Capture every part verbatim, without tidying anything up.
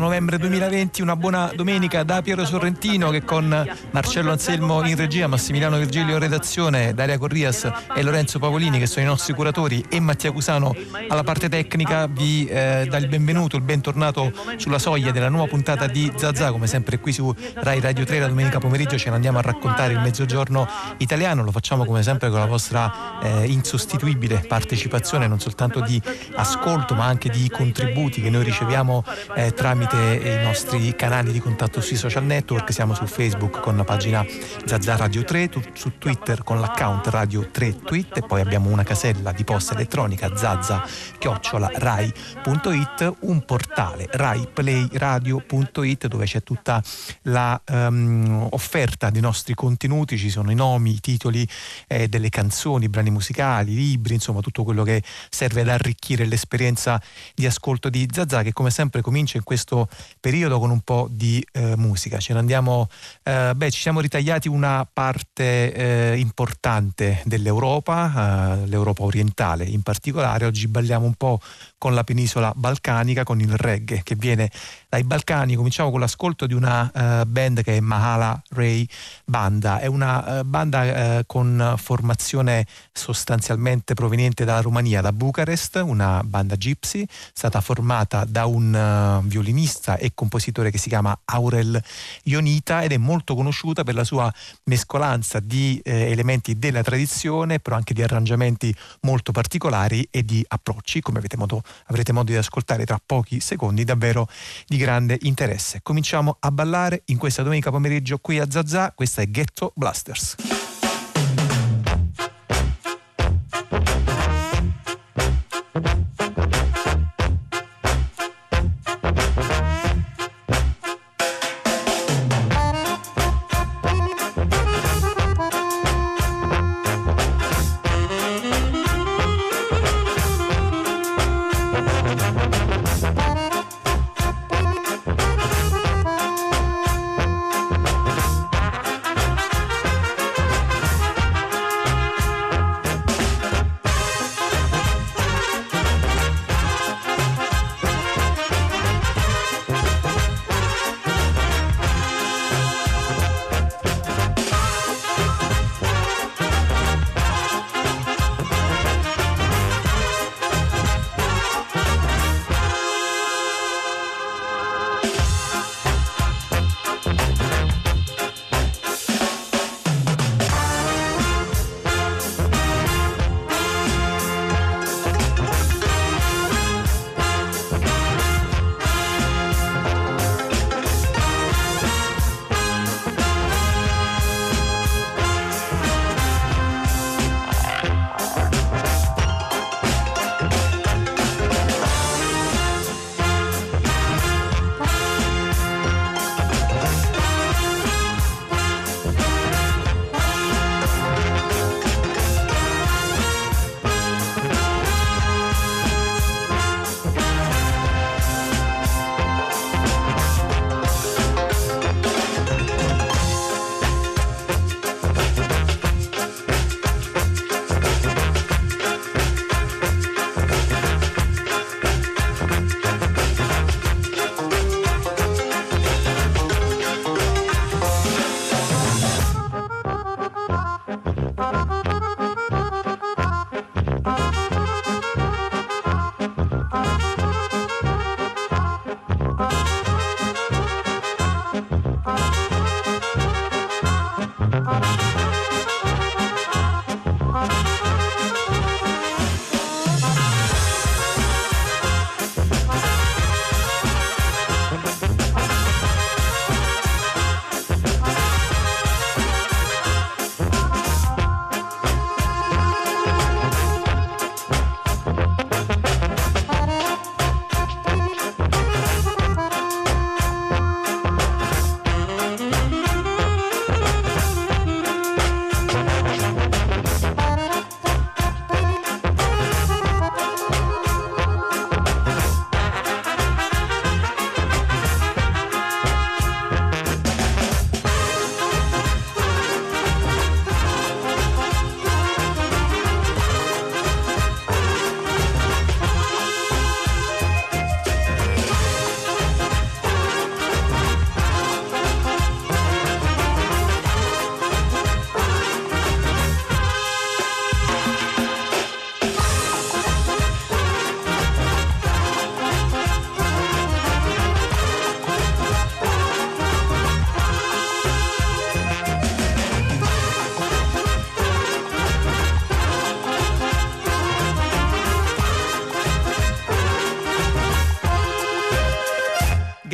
novembre duemilaventi. Una buona domenica da Piero Sorrentino, che con Marcello Anselmo in regia, Massimiliano Virgilio in redazione, Daria Corrias e Lorenzo Pavolini che sono i nostri curatori e Mattia Cusano alla parte tecnica vi eh, dà il benvenuto, il bentornato sulla soglia della nuova puntata di Zazà. Come sempre qui su Rai Radio tre la domenica pomeriggio ce ne andiamo a raccontare il mezzogiorno italiano. Lo facciamo come sempre con la vostra eh, insostituibile partecipazione, non soltanto di ascolto ma anche di contributi che noi riceviamo eh, tramite i nostri canali di contatto sui social network. Siamo su Facebook con la pagina Zazà Radio tre, tu, su Twitter con l'account Radio tre Tweet, e poi abbiamo una casella di posta elettronica zazza chiocciola rai punto it, un portale rai play radio punto it dove c'è tutta la um, offerta dei nostri contenuti. Ci sono i nomi, i titoli eh, delle canzoni, i brani musicali, i libri, insomma tutto quello che serve ad arricchire l'esperienza di ascolto di Zazà, che come sempre comincia in questo periodo con un po' di eh, musica. Ce ne andiamo, eh, beh, ci siamo ritagliati una parte eh, importante dell'Europa, eh, l'Europa orientale in particolare. Oggi balliamo un po' con la penisola balcanica, con il reggae che viene dai Balcani. Cominciamo con l'ascolto di una uh, band che è Mahala Ray Banda. È una uh, banda uh, con formazione sostanzialmente proveniente dalla Romania, da Bucarest, una banda gypsy, stata formata da un uh, violinista e compositore che si chiama Aurel Ionita, ed è molto conosciuta per la sua mescolanza di eh, elementi della tradizione, però anche di arrangiamenti molto particolari e di approcci, come avete modo, avrete modo di ascoltare tra pochi secondi, davvero di grande interesse. Cominciamo a ballare in questa domenica pomeriggio qui a Zazà. Questa è Ghetto Blasters.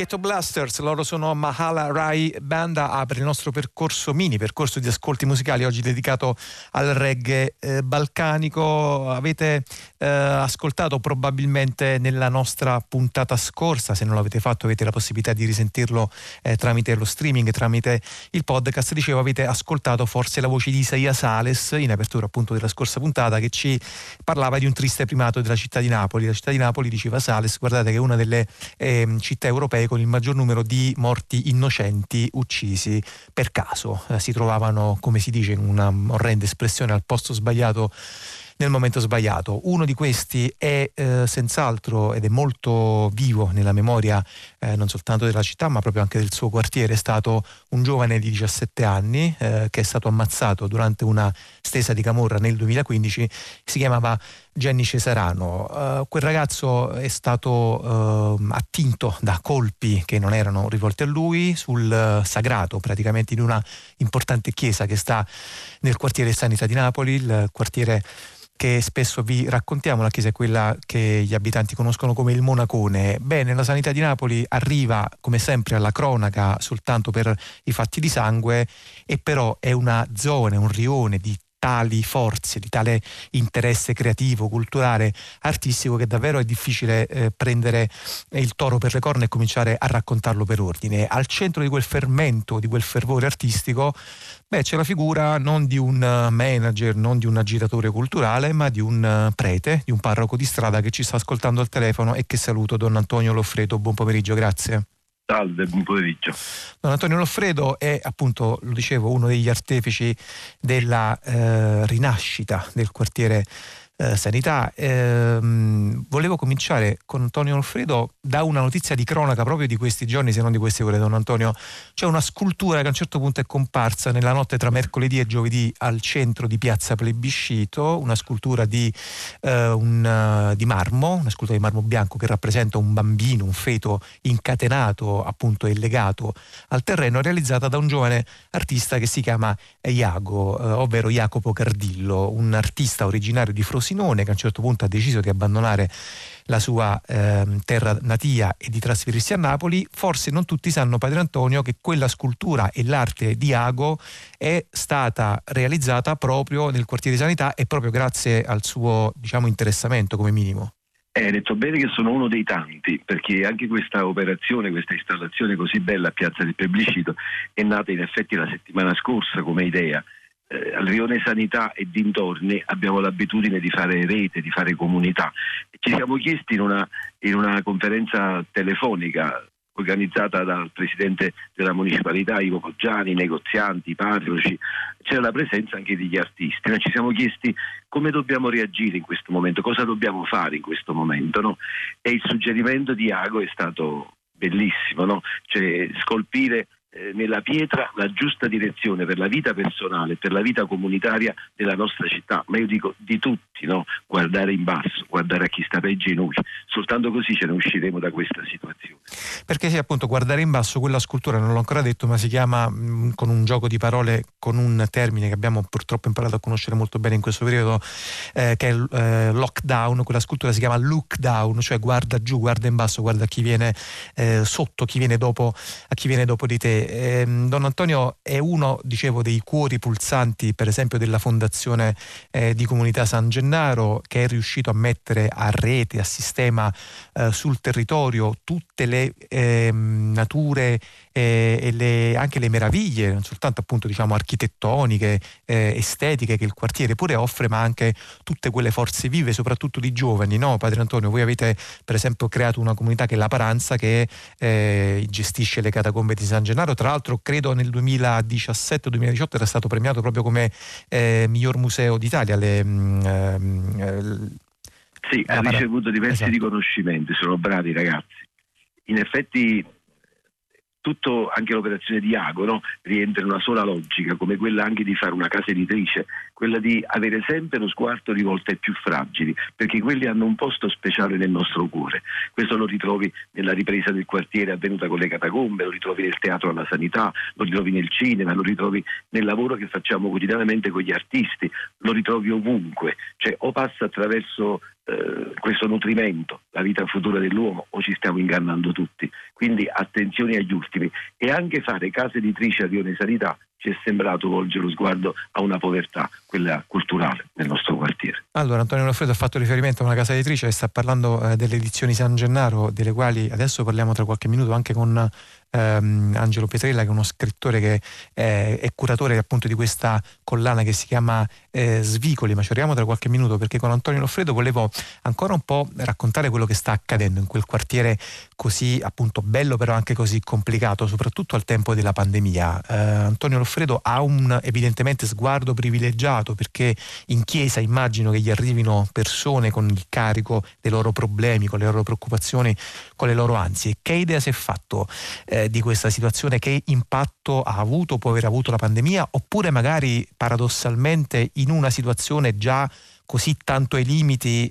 Ghetto Blasters, loro sono Mahala Rai Banda, apre il nostro percorso, mini percorso di ascolti musicali oggi dedicato al reggae eh, balcanico. Avete eh, ascoltato probabilmente nella nostra puntata scorsa, se non l'avete fatto avete la possibilità di risentirlo eh, tramite lo streaming, tramite il podcast. Dicevo, avete ascoltato forse la voce di Isaia Sales in apertura appunto della scorsa puntata, che ci parlava di un triste primato della città di Napoli. La città di Napoli, diceva Sales, guardate che è una delle eh, città europee con il maggior numero di morti innocenti uccisi per caso. Eh, si trovavano, come si dice in una orrenda espressione, al posto sbagliato nel momento sbagliato. Uno di questi è eh, senz'altro, ed è molto vivo nella memoria eh, non soltanto della città ma proprio anche del suo quartiere, è stato un giovane di diciassette anni eh, che è stato ammazzato durante una stesa di camorra nel duemilaquindici. Si chiamava Gianni Cesarano. Uh, quel ragazzo è stato uh, attinto da colpi che non erano rivolti a lui sul uh, sagrato praticamente di una importante chiesa che sta nel quartiere Sanità di Napoli, il quartiere che spesso vi raccontiamo. La chiesa è quella che gli abitanti conoscono come il Monacone. Bene, la Sanità di Napoli arriva come sempre alla cronaca soltanto per i fatti di sangue, e però è una zona, un rione di tali forze, di tale interesse creativo, culturale, artistico, che davvero è difficile eh, prendere il toro per le corna e cominciare a raccontarlo per ordine. Al centro di quel fermento, di quel fervore artistico, beh, c'è la figura non di un manager, non di un agitatore culturale, ma di un prete, di un parroco di strada che ci sta ascoltando al telefono e che saluto. Don Antonio Loffredo, buon pomeriggio, grazie. Salve, buon pomeriggio. Don Antonio Loffredo è, appunto, lo dicevo, uno degli artefici della eh, rinascita del quartiere eh, Sanità. Ehm, volevo cominciare con Antonio Loffredo da una notizia di cronaca proprio di questi giorni, se non di queste ore, Don Antonio. C'è una scultura che a un certo punto è comparsa nella notte tra mercoledì e giovedì al centro di Piazza Plebiscito, una scultura di, eh, un, uh, di marmo, una scultura di marmo bianco che rappresenta un bambino, un feto incatenato appunto e legato al terreno, realizzata da un giovane artista che si chiama Iago, eh, ovvero Jacopo Cardillo, un artista originario di Frosinone che a un certo punto ha deciso di abbandonare la sua eh, terra natia e di trasferirsi a Napoli. Forse non tutti sanno, Padre Antonio, che quella scultura e l'arte di Iago è stata realizzata proprio nel quartiere Sanità e proprio grazie al suo, diciamo, interessamento come minimo. Hai detto bene che sono uno dei tanti, perché anche questa operazione, questa installazione così bella a Piazza del Plebiscito è nata in effetti la settimana scorsa come idea. Eh, al rione Sanità e dintorni abbiamo l'abitudine di fare rete, di fare comunità. Ci siamo chiesti in una, in una conferenza telefonica organizzata dal presidente della municipalità Ivo Poggiani, negozianti, parroci, c'era la presenza anche degli artisti. Noi ci siamo chiesti come dobbiamo reagire in questo momento, cosa dobbiamo fare in questo momento, no? E il suggerimento di Iago è stato bellissimo, no? Cioè scolpire nella pietra la giusta direzione per la vita personale, per la vita comunitaria della nostra città, ma io dico di tutti, no? Guardare in basso, guardare a chi sta peggio di noi, soltanto così ce ne usciremo da questa situazione. Perché sì, appunto, guardare in basso, quella scultura non l'ho ancora detto, ma si chiama mh, con un gioco di parole, con un termine che abbiamo purtroppo imparato a conoscere molto bene in questo periodo, eh, che è eh, lockdown. Quella scultura si chiama look down, cioè guarda giù, guarda in basso, guarda a chi viene eh, sotto, chi viene dopo, a chi viene dopo di te. Eh, Don Antonio è uno, dicevo, dei cuori pulsanti, per esempio, della fondazione eh, di Comunità San Gennaro, che è riuscito a mettere a rete, a sistema eh, sul territorio tutte le eh, nature eh, e le, anche le meraviglie, non soltanto appunto diciamo architettoniche, eh, estetiche che il quartiere pure offre, ma anche tutte quelle forze vive, soprattutto di giovani, no, Padre Antonio? Voi avete per esempio creato una comunità che è la Paranza, che eh, gestisce le catacombe di San Gennaro. Tra l'altro credo nel duemiladiciassette duemiladiciotto era stato premiato proprio come eh, miglior museo d'Italia. Le, mh, eh, sì, ha ricevuto diversi esatto. riconoscimenti, sono bravi ragazzi. In effetti tutto, anche l'operazione di Iago, no? rientra in una sola logica, come quella anche di fare una casa editrice, quella di avere sempre lo sguardo rivolto ai più fragili, perché quelli hanno un posto speciale nel nostro cuore. Questo lo ritrovi nella ripresa del quartiere avvenuta con le catacombe, lo ritrovi nel teatro alla Sanità, lo ritrovi nel cinema, lo ritrovi nel lavoro che facciamo quotidianamente con gli artisti, lo ritrovi ovunque, cioè o passa attraverso eh, questo nutrimento, la vita futura dell'uomo, o ci stiamo ingannando tutti? Quindi attenzione agli ultimi, e anche fare case editrici a Rione Sanità ci è sembrato volgere lo sguardo a una povertà, quella culturale, nel nostro quartiere. Allora, Antonio Loffredo ha fatto riferimento a una casa editrice e sta parlando eh, delle edizioni San Gennaro, delle quali adesso parliamo tra qualche minuto anche con ehm, Angelo Petrella, che è uno scrittore che eh, è curatore appunto di questa collana che si chiama eh, Svicoli, ma ci arriviamo tra qualche minuto, perché con Antonio Loffredo volevo ancora un po' raccontare quello che sta accadendo in quel quartiere così appunto bello, però anche così complicato, soprattutto al tempo della pandemia. Eh, Antonio Loffredo ha un evidentemente sguardo privilegiato, perché in chiesa immagino che gli arrivino persone con il carico dei loro problemi, con le loro preoccupazioni, con le loro ansie. Che idea si è fatto eh, di questa situazione? Che impatto ha avuto, può aver avuto la pandemia? Oppure magari paradossalmente in una situazione già così tanto ai limiti,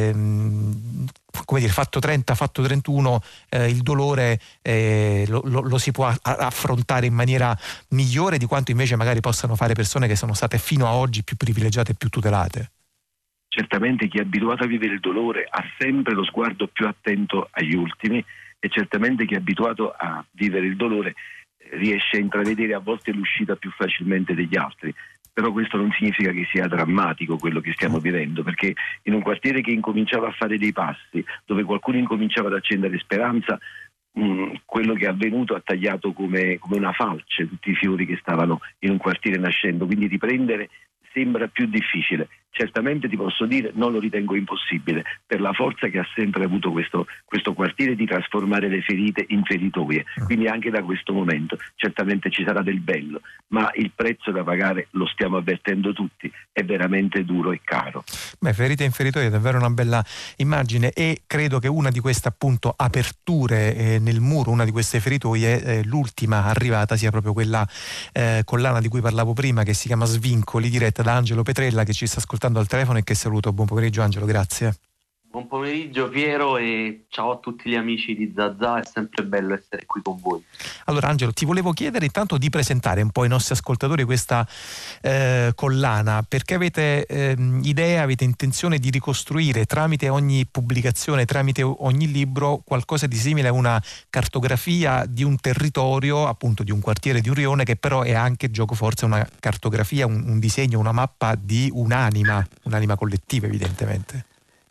ehm, come dire, fatto trenta, fatto trentuno, eh, il dolore eh, lo, lo, lo si può a- affrontare in maniera migliore di quanto invece magari possano fare persone che sono state fino a oggi più privilegiate e più tutelate? Certamente chi è abituato a vivere il dolore ha sempre lo sguardo più attento agli ultimi, e certamente chi è abituato a vivere il dolore riesce a intravedere a volte l'uscita più facilmente degli altri. Però questo non significa che sia drammatico quello che stiamo vivendo, perché in un quartiere che incominciava a fare dei passi, dove qualcuno incominciava ad accendere speranza, mh, quello che è avvenuto ha tagliato come, come una falce tutti i fiori che stavano in un quartiere nascendo, quindi riprendere sembra più difficile. Certamente ti posso dire, non lo ritengo impossibile, per la forza che ha sempre avuto questo, questo quartiere di trasformare le ferite in feritoie. Quindi anche da questo momento certamente ci sarà del bello, ma il prezzo da pagare, lo stiamo avvertendo tutti, è veramente duro e caro. Beh, ferite in feritoie è davvero una bella immagine, e credo che una di queste appunto aperture eh, nel muro, una di queste feritoie, eh, l'ultima arrivata, sia proprio quella eh, collana di cui parlavo prima, che si chiama Svincoli, diretta da Angelo Petrella, che ci sta ascoltando al telefono e che saluto. Buon pomeriggio Angelo, grazie. Buon pomeriggio Piero e ciao a tutti gli amici di Zazà, è sempre bello essere qui con voi. Allora Angelo, ti volevo chiedere intanto di presentare un po' ai nostri ascoltatori questa eh, collana, perché avete eh, idea, avete intenzione di ricostruire tramite ogni pubblicazione, tramite ogni libro, qualcosa di simile a una cartografia di un territorio, appunto di un quartiere di un rione, che però è anche, gioco forza, una cartografia, un, un disegno, una mappa di un'anima, un'anima collettiva evidentemente.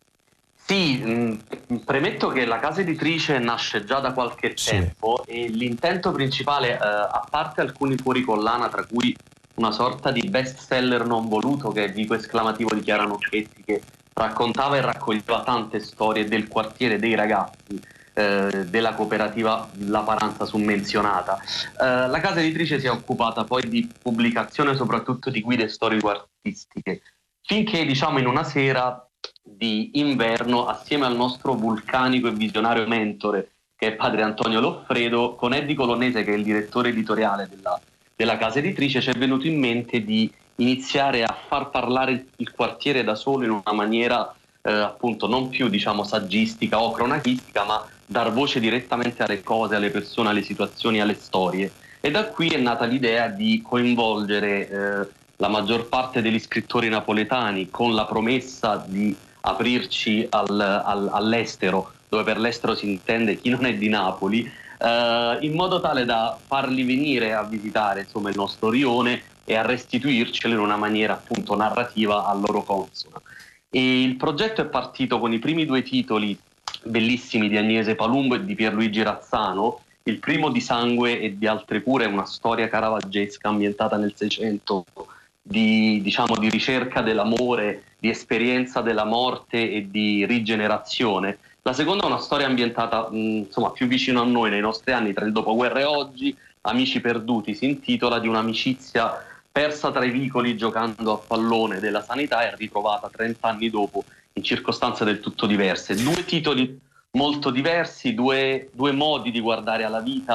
Sì, mh, premetto che la casa editrice nasce già da qualche Sì. tempo e l'intento principale, eh, a parte alcuni fuori collana, tra cui una sorta di best seller non voluto che è Vico esclamativo di Chiara Nocchetti, che raccontava e raccoglieva tante storie del quartiere dei ragazzi eh, della cooperativa La Paranza summenzionata. Eh, la casa editrice si è occupata poi di pubblicazione soprattutto di guide storico-artistiche, finché diciamo in una sera di inverno, assieme al nostro vulcanico e visionario mentore che è padre Antonio Loffredo, con Eddie Colonnese che è il direttore editoriale della, della casa editrice, ci è venuto in mente di iniziare a far parlare il quartiere da solo in una maniera eh, appunto non più diciamo saggistica o cronachistica, ma dar voce direttamente alle cose, alle persone, alle situazioni, alle storie. E da qui è nata l'idea di coinvolgere eh, la maggior parte degli scrittori napoletani, con la promessa di aprirci al, al, all'estero, dove per l'estero si intende chi non è di Napoli, eh, in modo tale da farli venire a visitare insomma il nostro rione e a restituircelo in una maniera appunto narrativa a loro consona. E il progetto è partito con i primi due titoli bellissimi di Agnese Palumbo e di Pierluigi Razzano. Il primo, Di sangue e di altre cure, è una storia caravaggesca ambientata nel Seicento, di, diciamo, di ricerca dell'amore, di esperienza della morte e di rigenerazione. La seconda è una storia ambientata mh, insomma più vicino a noi, nei nostri anni, tra il dopoguerra e oggi. Amici perduti si intitola, di un'amicizia persa tra i vicoli giocando a pallone della sanità e ritrovata trent'anni dopo in circostanze del tutto diverse. Due titoli molto diversi, due, due modi di guardare alla vita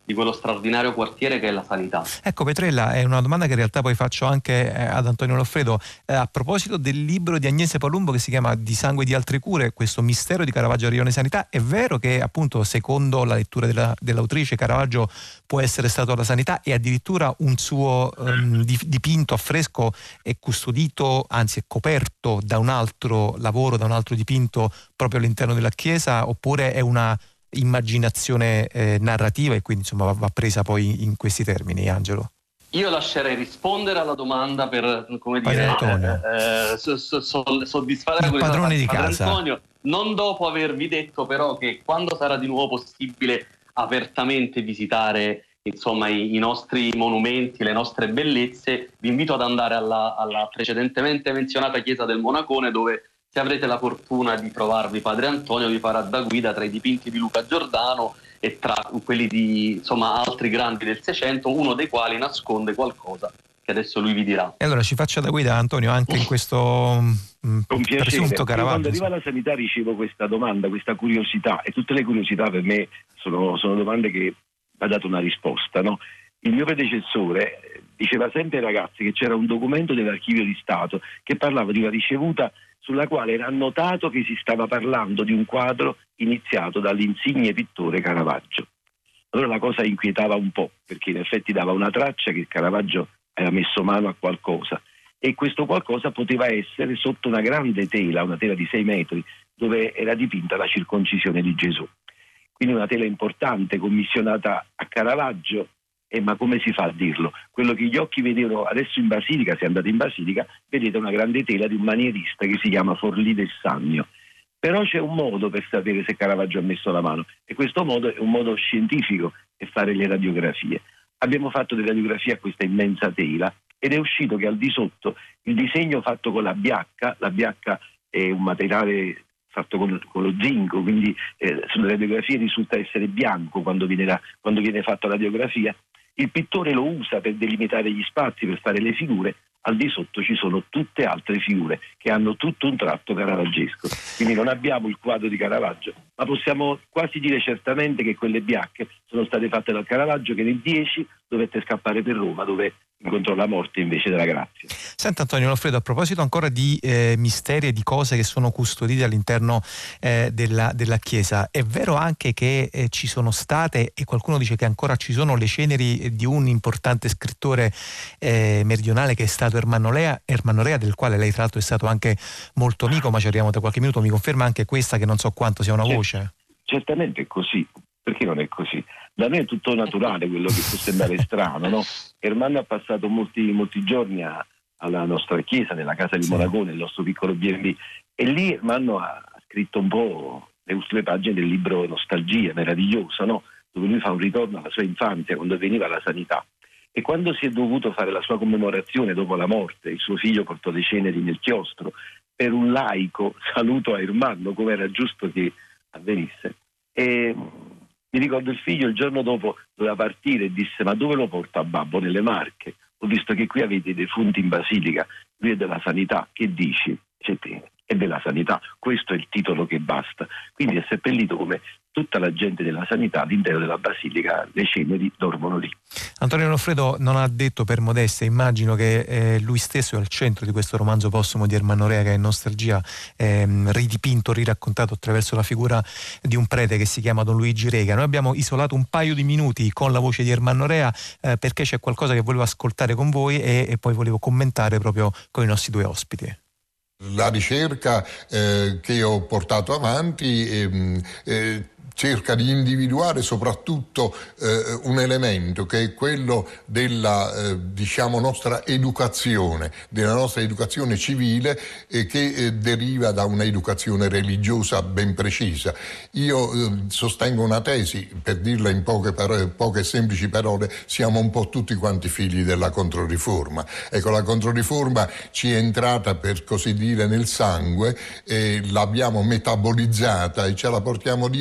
di quello straordinario quartiere che è la sanità. Ecco Petrella, è una domanda che in realtà poi faccio anche eh, ad Antonio Loffredo, eh, a proposito del libro di Agnese Palumbo che si chiama Di sangue e di altre cure, questo mistero di Caravaggio a Rione Sanità. È vero che appunto secondo la lettura della, dell'autrice Caravaggio può essere stato alla sanità e addirittura un suo um, dipinto a fresco è custodito, anzi è coperto da un altro lavoro, da un altro dipinto proprio all'interno della chiesa, oppure è una immaginazione eh, narrativa e quindi insomma va, va presa poi in questi termini, Angelo? Io lascerei rispondere alla domanda per, come dire, eh, eh, so, so, so, soddisfare il padrone di casa. Antonio, non dopo avervi detto però che quando sarà di nuovo possibile apertamente visitare insomma i, i nostri monumenti, le nostre bellezze, vi invito ad andare alla, alla precedentemente menzionata chiesa del Monacone, dove se avrete la fortuna di trovarvi Padre Antonio vi farà da guida tra i dipinti di Luca Giordano e tra quelli di insomma altri grandi del Seicento, uno dei quali nasconde qualcosa che adesso lui vi dirà. E allora ci faccia da guida, Antonio, anche in questo mh, Con presunto Caravaggio. Quando arrivo alla sanità ricevo questa domanda, questa curiosità, e tutte le curiosità per me sono, sono domande che va data una risposta, no? Il mio predecessore diceva sempre ai ragazzi che c'era un documento dell'Archivio di Stato che parlava di una ricevuta sulla quale era annotato che si stava parlando di un quadro iniziato dall'insigne pittore Caravaggio. Allora la cosa inquietava un po', perché in effetti dava una traccia che Caravaggio aveva messo mano a qualcosa, e questo qualcosa poteva essere sotto una grande tela, una tela di sei metri, dove era dipinta la circoncisione di Gesù. Quindi una tela importante, commissionata a Caravaggio. Eh, ma come si fa a dirlo? Quello che gli occhi vedevano adesso in Basilica, se andate in Basilica, vedete una grande tela di un manierista che si chiama Forlì del Sannio. Però c'è un modo per sapere se Caravaggio ha messo la mano, e questo modo è un modo scientifico, è fare le radiografie. Abbiamo fatto delle radiografie a questa immensa tela ed è uscito che al di sotto il disegno fatto con la biacca, la biacca è un materiale fatto con, con lo zinco, quindi eh, sulle radiografie risulta essere bianco quando viene, la, quando viene fatta la radiografia. Il pittore lo usa per delimitare gli spazi, per fare le figure. Al di sotto ci sono tutte altre figure che hanno tutto un tratto caravaggesco. Quindi non abbiamo il quadro di Caravaggio, ma possiamo quasi dire certamente che quelle biacche sono state fatte dal Caravaggio che nel dieci dovette scappare per Roma, dove incontrò la morte invece della grazia. Senta Antonio Loffredo, a proposito ancora di eh, misteri e di cose che sono custodite all'interno eh, della, della Chiesa, è vero anche che eh, ci sono state, e qualcuno dice che ancora ci sono, le ceneri di un importante scrittore eh, meridionale che è stato Ermanno Rea, Ermanno Rea, del quale lei tra l'altro è stato anche molto amico, ma ci arriviamo tra qualche minuto. Mi conferma anche questa, che non so quanto sia una voce? Certamente è così, perché non è così? Da noi è tutto naturale, quello che può sembrare strano, no? Ermanno ha passato molti, molti giorni a, alla nostra chiesa, nella casa di Monacone, il nostro piccolo B and B, e lì Ermanno ha scritto un po' le ultime pagine del libro Nostalgia, meraviglioso, no? Dove lui fa un ritorno alla sua infanzia, quando veniva alla sanità. E quando si è dovuto fare la sua commemorazione dopo la morte, il suo figlio portò le ceneri nel chiostro, per un laico saluto a Ermanno, come era giusto che avvenisse. E mi ricordo il figlio il giorno dopo doveva partire e disse: ma dove lo porto a babbo? Nelle Marche. Ho visto che qui avete i defunti in Basilica, lui è della sanità, che dici? C'è te, è della sanità, questo è il titolo che basta. Quindi è seppellito come tutta la gente della sanità all'interno della Basilica, le ceneri dormono lì. Antonio Loffredo non ha detto per modestia, immagino che eh, lui stesso è al centro di questo romanzo postumo di Ermanno Rea, che è Nostalgia, ehm, ridipinto, riraccontato attraverso la figura di un prete che si chiama Don Luigi Rega. Noi abbiamo isolato un paio di minuti con la voce di Ermanno Rea eh, perché c'è qualcosa che volevo ascoltare con voi e, e poi volevo commentare proprio con i nostri due ospiti. La ricerca eh, che ho portato avanti eh, eh, cerca di individuare soprattutto eh, un elemento che è quello della eh, diciamo nostra educazione, della nostra educazione civile eh, che eh, deriva da una educazione religiosa ben precisa. Io eh, sostengo una tesi, per dirla in poche, parole, poche semplici parole, siamo un po' tutti quanti figli della Controriforma. Ecco, la Controriforma ci è entrata, per così dire, nel sangue, e l'abbiamo metabolizzata e ce la portiamo dietro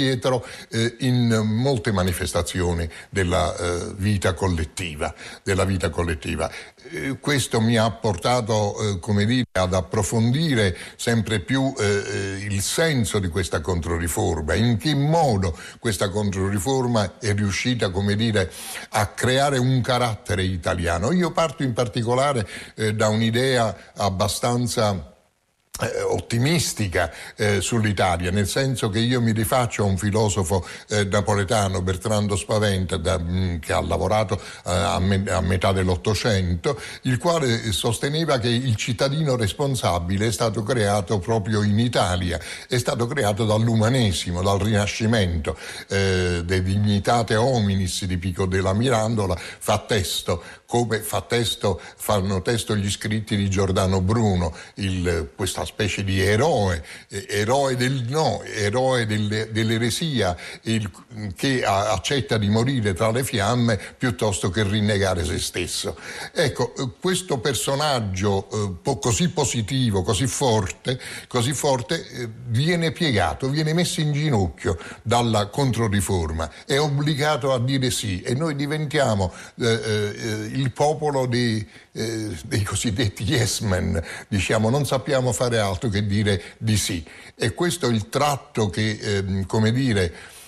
visto eh, in molte manifestazioni della eh, vita collettiva, della vita collettiva. Eh, questo mi ha portato, eh, come dire, ad approfondire sempre più eh, il senso di questa controriforma, in che modo questa controriforma è riuscita, come dire, a creare un carattere italiano. Io parto in particolare eh, da un'idea abbastanza Eh, ottimistica eh, sull'Italia, nel senso che io mi rifaccio a un filosofo eh, napoletano, Bertrando Spaventa, da, mh, che ha lavorato eh, a, me, a metà dell'Ottocento, il quale sosteneva che il cittadino responsabile è stato creato proprio in Italia, è stato creato dall'umanesimo, dal Rinascimento, eh, De Dignitate Hominis di Pico della Mirandola fa testo, come fa testo, fanno testo gli scritti di Giordano Bruno, il, questa specie di eroe, eh, eroe del no, eroe del, dell'eresia, il, che a, accetta di morire tra le fiamme piuttosto che rinnegare se stesso. Ecco, questo personaggio eh, po- così positivo, così forte, così forte eh, viene piegato, viene messo in ginocchio dalla controriforma, è obbligato a dire sì e noi diventiamo eh, eh, il popolo dei, eh, dei cosiddetti yes men, diciamo, non sappiamo fare altro che dire di sì. E questo è il tratto che, eh, come dire,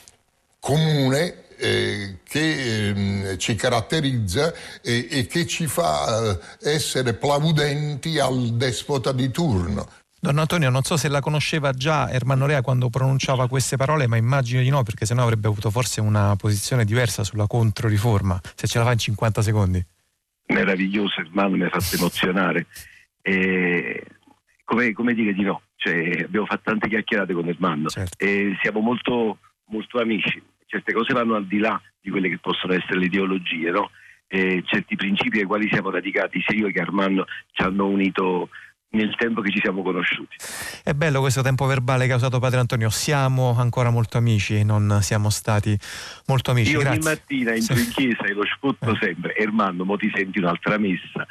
comune eh, che eh, ci caratterizza e, e che ci fa eh, essere plaudenti al despota di turno. Don Antonio, non so se la conosceva già Ermanno Rea quando pronunciava queste parole, ma immagino di no, perché sennò avrebbe avuto forse una posizione diversa sulla controriforma. Se ce la fa in cinquanta secondi. Meraviglioso, Ermanno, mi ha fatto emozionare. E come, come dire di no? Cioè, abbiamo fatto tante chiacchierate con Ermanno, certo. E siamo molto, molto amici. Certe cose vanno al di là di quelle che possono essere le ideologie, no? E certi principi ai quali siamo radicati sia io che Ermanno ci hanno unito nel tempo che ci siamo conosciuti. È bello questo tempo verbale che ha usato Padre Antonio. Siamo ancora molto amici, non siamo stati molto amici. Io Grazie. ogni mattina entro sì. in chiesa e lo sputto eh. sempre: Ermanno, mo ti senti un'altra messa.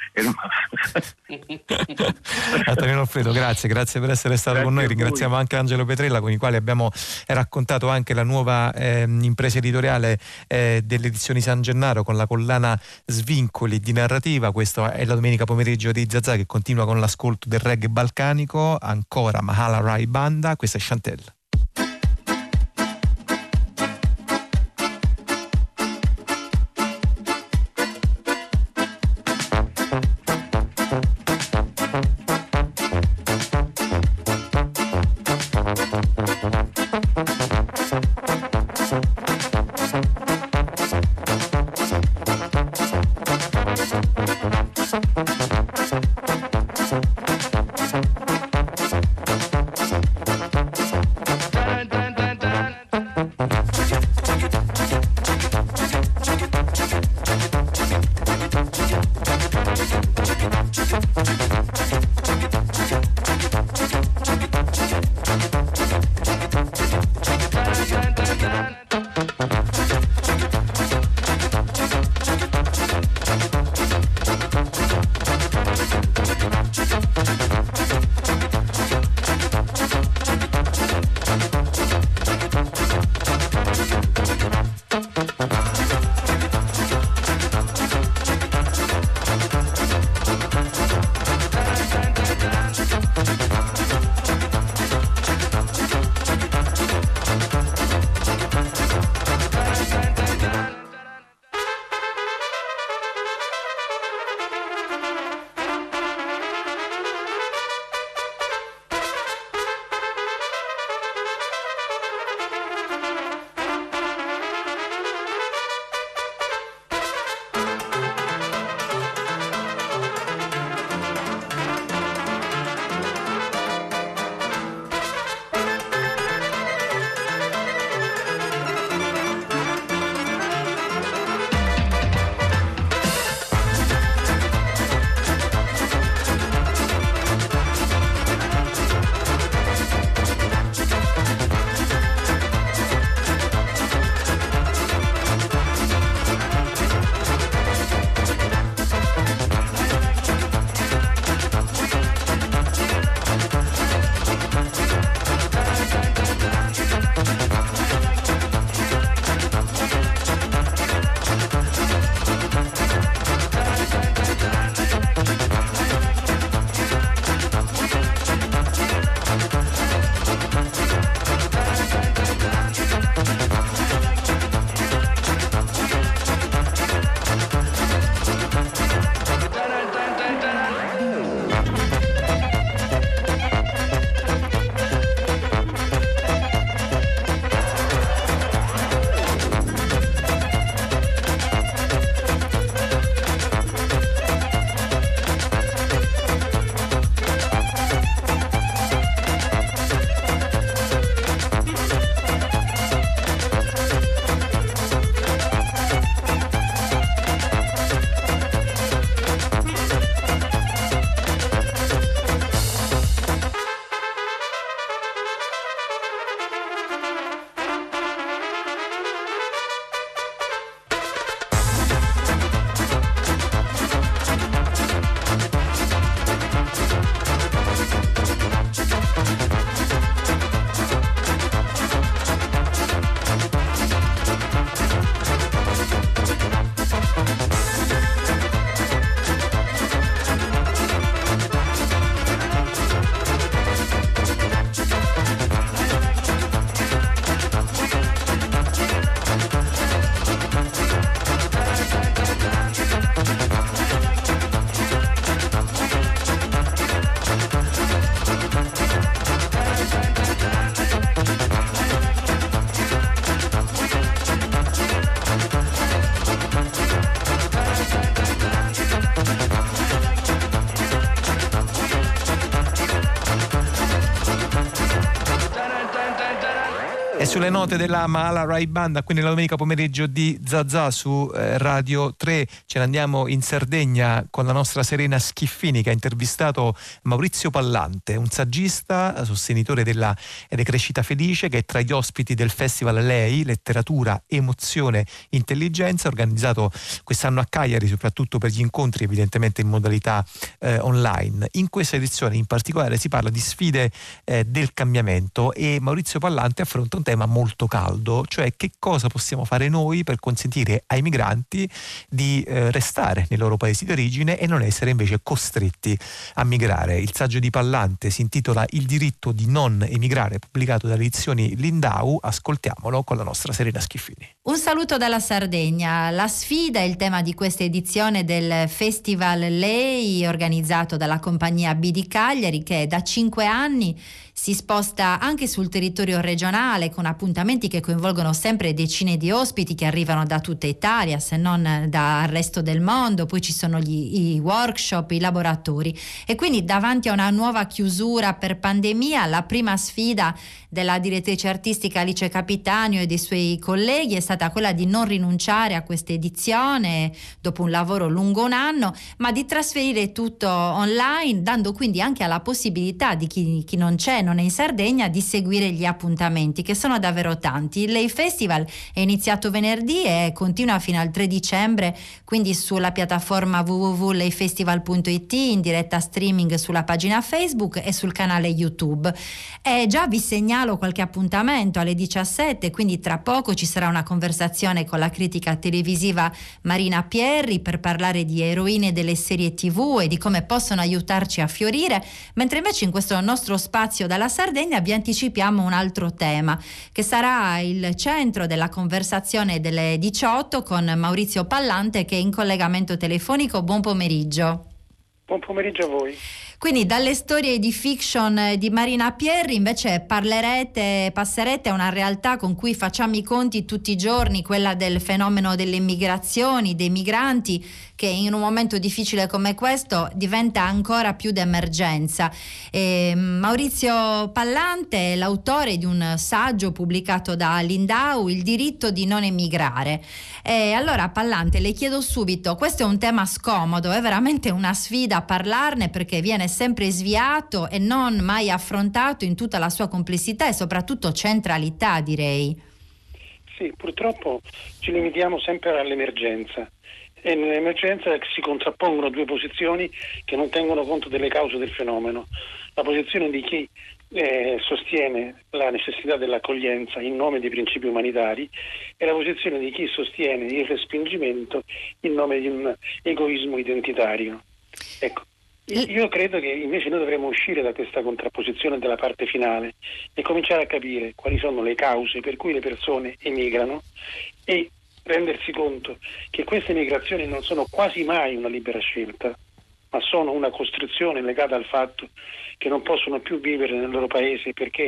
Antonio Loffredo, grazie, grazie per essere stato grazie con noi. Ringraziamo anche Angelo Petrella, con i quali abbiamo raccontato anche la nuova eh, impresa editoriale eh, delle edizioni San Gennaro con la collana Svincoli di narrativa. Questo è la domenica pomeriggio di Zazà, che continua con l'ascolto del reggae balcanico. Ancora Mahala Rai Banda, questa è Chantel. sulle note della Mahala Rai Banda, quindi la domenica pomeriggio di Zazà su eh, Radio tre. Ce ne andiamo in Sardegna con la nostra Serena Schiffini, che ha intervistato Maurizio Pallante, un saggista, sostenitore della decrescita felice, che è tra gli ospiti del festival Lei, letteratura, emozione, intelligenza, organizzato quest'anno a Cagliari, soprattutto per gli incontri evidentemente in modalità eh, online. In questa edizione in particolare si parla di sfide eh, del cambiamento, e Maurizio Pallante affronta un tema molto caldo, cioè che cosa possiamo fare noi per consentire ai migranti di eh, restare nei loro paesi d'origine e non essere invece costretti a migrare. Il saggio di Pallante si intitola Il diritto di non emigrare, pubblicato dalle edizioni Lindau. Ascoltiamolo con la nostra Serena Schiffini. Un saluto dalla Sardegna. La sfida è il tema di questa edizione del Festival Lei, organizzato dalla compagnia B di Cagliari, che da cinque anni si sposta anche sul territorio regionale, con appuntamenti che coinvolgono sempre decine di ospiti che arrivano da tutta Italia, se non dal resto del mondo. Poi ci sono gli, i workshop, i laboratori, e quindi davanti a una nuova chiusura per pandemia, la prima sfida della direttrice artistica Alice Capitanio e dei suoi colleghi è stata quella di non rinunciare a questa edizione dopo un lavoro lungo un anno, ma di trasferire tutto online, dando quindi anche la possibilità di chi, chi non c'è, non è in Sardegna, di seguire gli appuntamenti, che sono davvero tanti. Il Lei Festival è iniziato venerdì e continua fino al tre dicembre, quindi sulla piattaforma w w w punto leifestival punto i t, in diretta streaming sulla pagina Facebook e sul canale YouTube. E già vi segnalo qualche appuntamento alle diciassette, quindi tra poco ci sarà una conversazione con la critica televisiva Marina Pierri per parlare di eroine delle serie tivù e di come possono aiutarci a fiorire, mentre invece in questo nostro spazio dalla Sardegna vi anticipiamo un altro tema che sarà il centro della conversazione delle diciotto con Maurizio Pallante, che è in collegamento telefonico. Buon pomeriggio. Buon pomeriggio a voi. Quindi dalle storie di fiction di Marina Pierri invece parlerete, passerete a una realtà con cui facciamo i conti tutti i giorni, quella del fenomeno delle migrazioni, dei migranti, che in un momento difficile come questo diventa ancora più d'emergenza. E Maurizio Pallante è l'autore di un saggio pubblicato da Lindau, Il diritto di non emigrare. E allora Pallante, le chiedo subito, questo è un tema scomodo, è veramente una sfida parlarne, perché viene sempre sviato e non mai affrontato in tutta la sua complessità e soprattutto centralità, direi. Sì, purtroppo ci limitiamo sempre all'emergenza, e nell'emergenza si contrappongono due posizioni che non tengono conto delle cause del fenomeno. La posizione di chi eh, sostiene la necessità dell'accoglienza in nome dei principi umanitari, e la posizione di chi sostiene il respingimento in nome di un egoismo identitario. Ecco. Io credo che invece noi dovremmo uscire da questa contrapposizione della parte finale e cominciare a capire quali sono le cause per cui le persone emigrano, e rendersi conto che queste migrazioni non sono quasi mai una libera scelta, ma sono una costrizione legata al fatto che non possono più vivere nel loro paese perché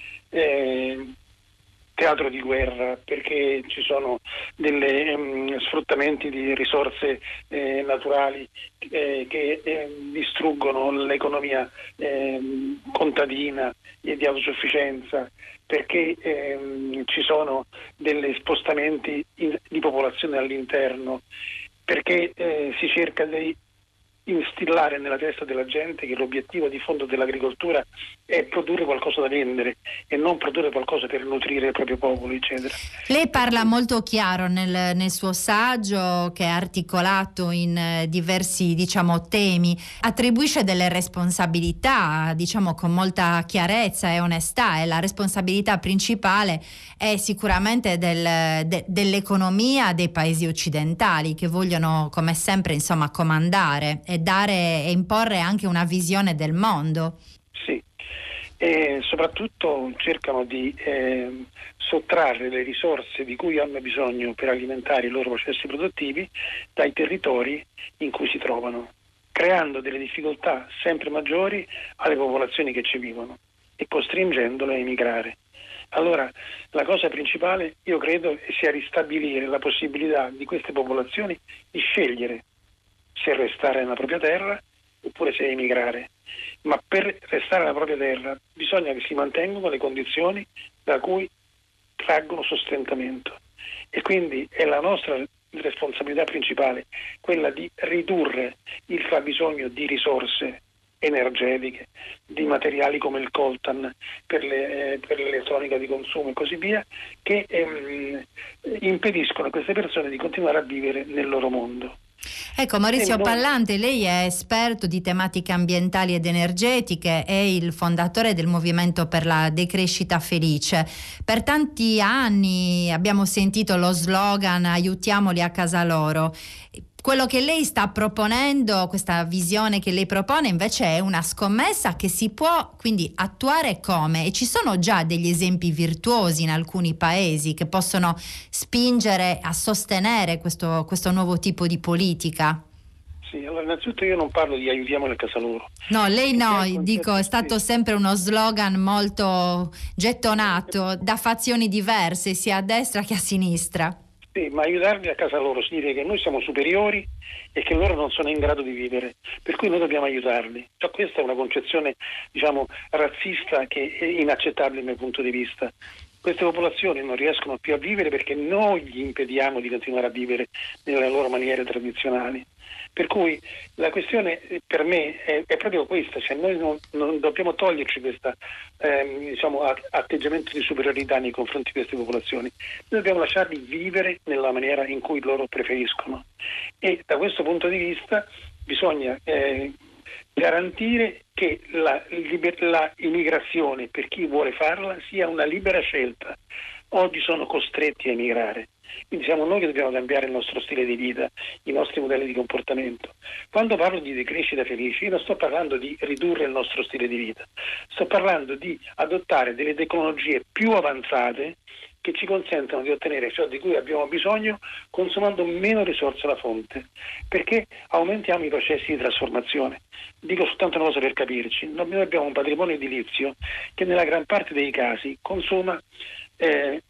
eh, teatro di guerra, perché ci sono degli um, sfruttamenti di risorse eh, naturali eh, che eh, distruggono l'economia eh, contadina e di autosufficienza, perché ehm, ci sono degli spostamenti in, di popolazione all'interno, perché eh, si cerca di instillare nella testa della gente che l'obiettivo di fondo dell'agricoltura è produrre qualcosa da vendere e non produrre qualcosa per nutrire il proprio popolo, eccetera. Lei parla molto chiaro nel, nel suo saggio, che è articolato in eh, diversi, diciamo, temi, attribuisce delle responsabilità, diciamo, con molta chiarezza e onestà, e la responsabilità principale è sicuramente del, de, dell'economia dei paesi occidentali, che vogliono, come sempre, insomma, comandare e dare e imporre anche una visione del mondo. Sì, e soprattutto cercano di eh, sottrarre le risorse di cui hanno bisogno per alimentare i loro processi produttivi dai territori in cui si trovano, creando delle difficoltà sempre maggiori alle popolazioni che ci vivono e costringendole a emigrare. Allora, la cosa principale, io credo, sia ristabilire la possibilità di queste popolazioni di scegliere se restare nella propria terra oppure se emigrare. Ma per restare nella propria terra bisogna che si mantengano le condizioni da cui traggono sostentamento. E quindi è la nostra responsabilità principale quella di ridurre il fabbisogno di risorse energetiche, di materiali come il coltan per, le, eh, per l'elettronica di consumo e così via, che ehm, impediscono a queste persone di continuare a vivere nel loro mondo. Ecco, Maurizio Pallante, lei è esperto di tematiche ambientali ed energetiche, è il fondatore del Movimento per la Decrescita Felice. Per tanti anni abbiamo sentito lo slogan "aiutiamoli a casa loro". Quello che lei sta proponendo, questa visione che lei propone, invece è una scommessa che si può quindi attuare come? E ci sono già degli esempi virtuosi in alcuni paesi che possono spingere a sostenere questo, questo nuovo tipo di politica? Sì, allora innanzitutto io non parlo di aiutiamoli a casa loro. No, lei no, dico, è stato sempre uno slogan molto gettonato da fazioni diverse, sia a destra che a sinistra. Sì, ma aiutarli a casa loro significa che noi siamo superiori e che loro non sono in grado di vivere, per cui noi dobbiamo aiutarli. Cioè, questa è una concezione, diciamo, razzista che è inaccettabile dal mio punto di vista. Queste popolazioni non riescono più a vivere perché noi gli impediamo di continuare a vivere nelle loro maniere tradizionali. Per cui la questione per me è, è proprio questa, cioè noi non, non dobbiamo toglierci questo ehm, diciamo, atteggiamento di superiorità nei confronti di queste popolazioni, noi dobbiamo lasciarli vivere nella maniera in cui loro preferiscono e da questo punto di vista bisogna eh, garantire che la, la immigrazione per chi vuole farla sia una libera scelta. Oggi sono costretti a emigrare. Quindi siamo noi che dobbiamo cambiare il nostro stile di vita, i nostri modelli di comportamento. Quando parlo di decrescita felice, io non sto parlando di ridurre il nostro stile di vita, sto parlando di adottare delle tecnologie più avanzate che ci consentono di ottenere ciò di cui abbiamo bisogno consumando meno risorse alla fonte, perché aumentiamo i processi di trasformazione. Dico soltanto una cosa per capirci, noi abbiamo un patrimonio edilizio che nella gran parte dei casi consuma eh,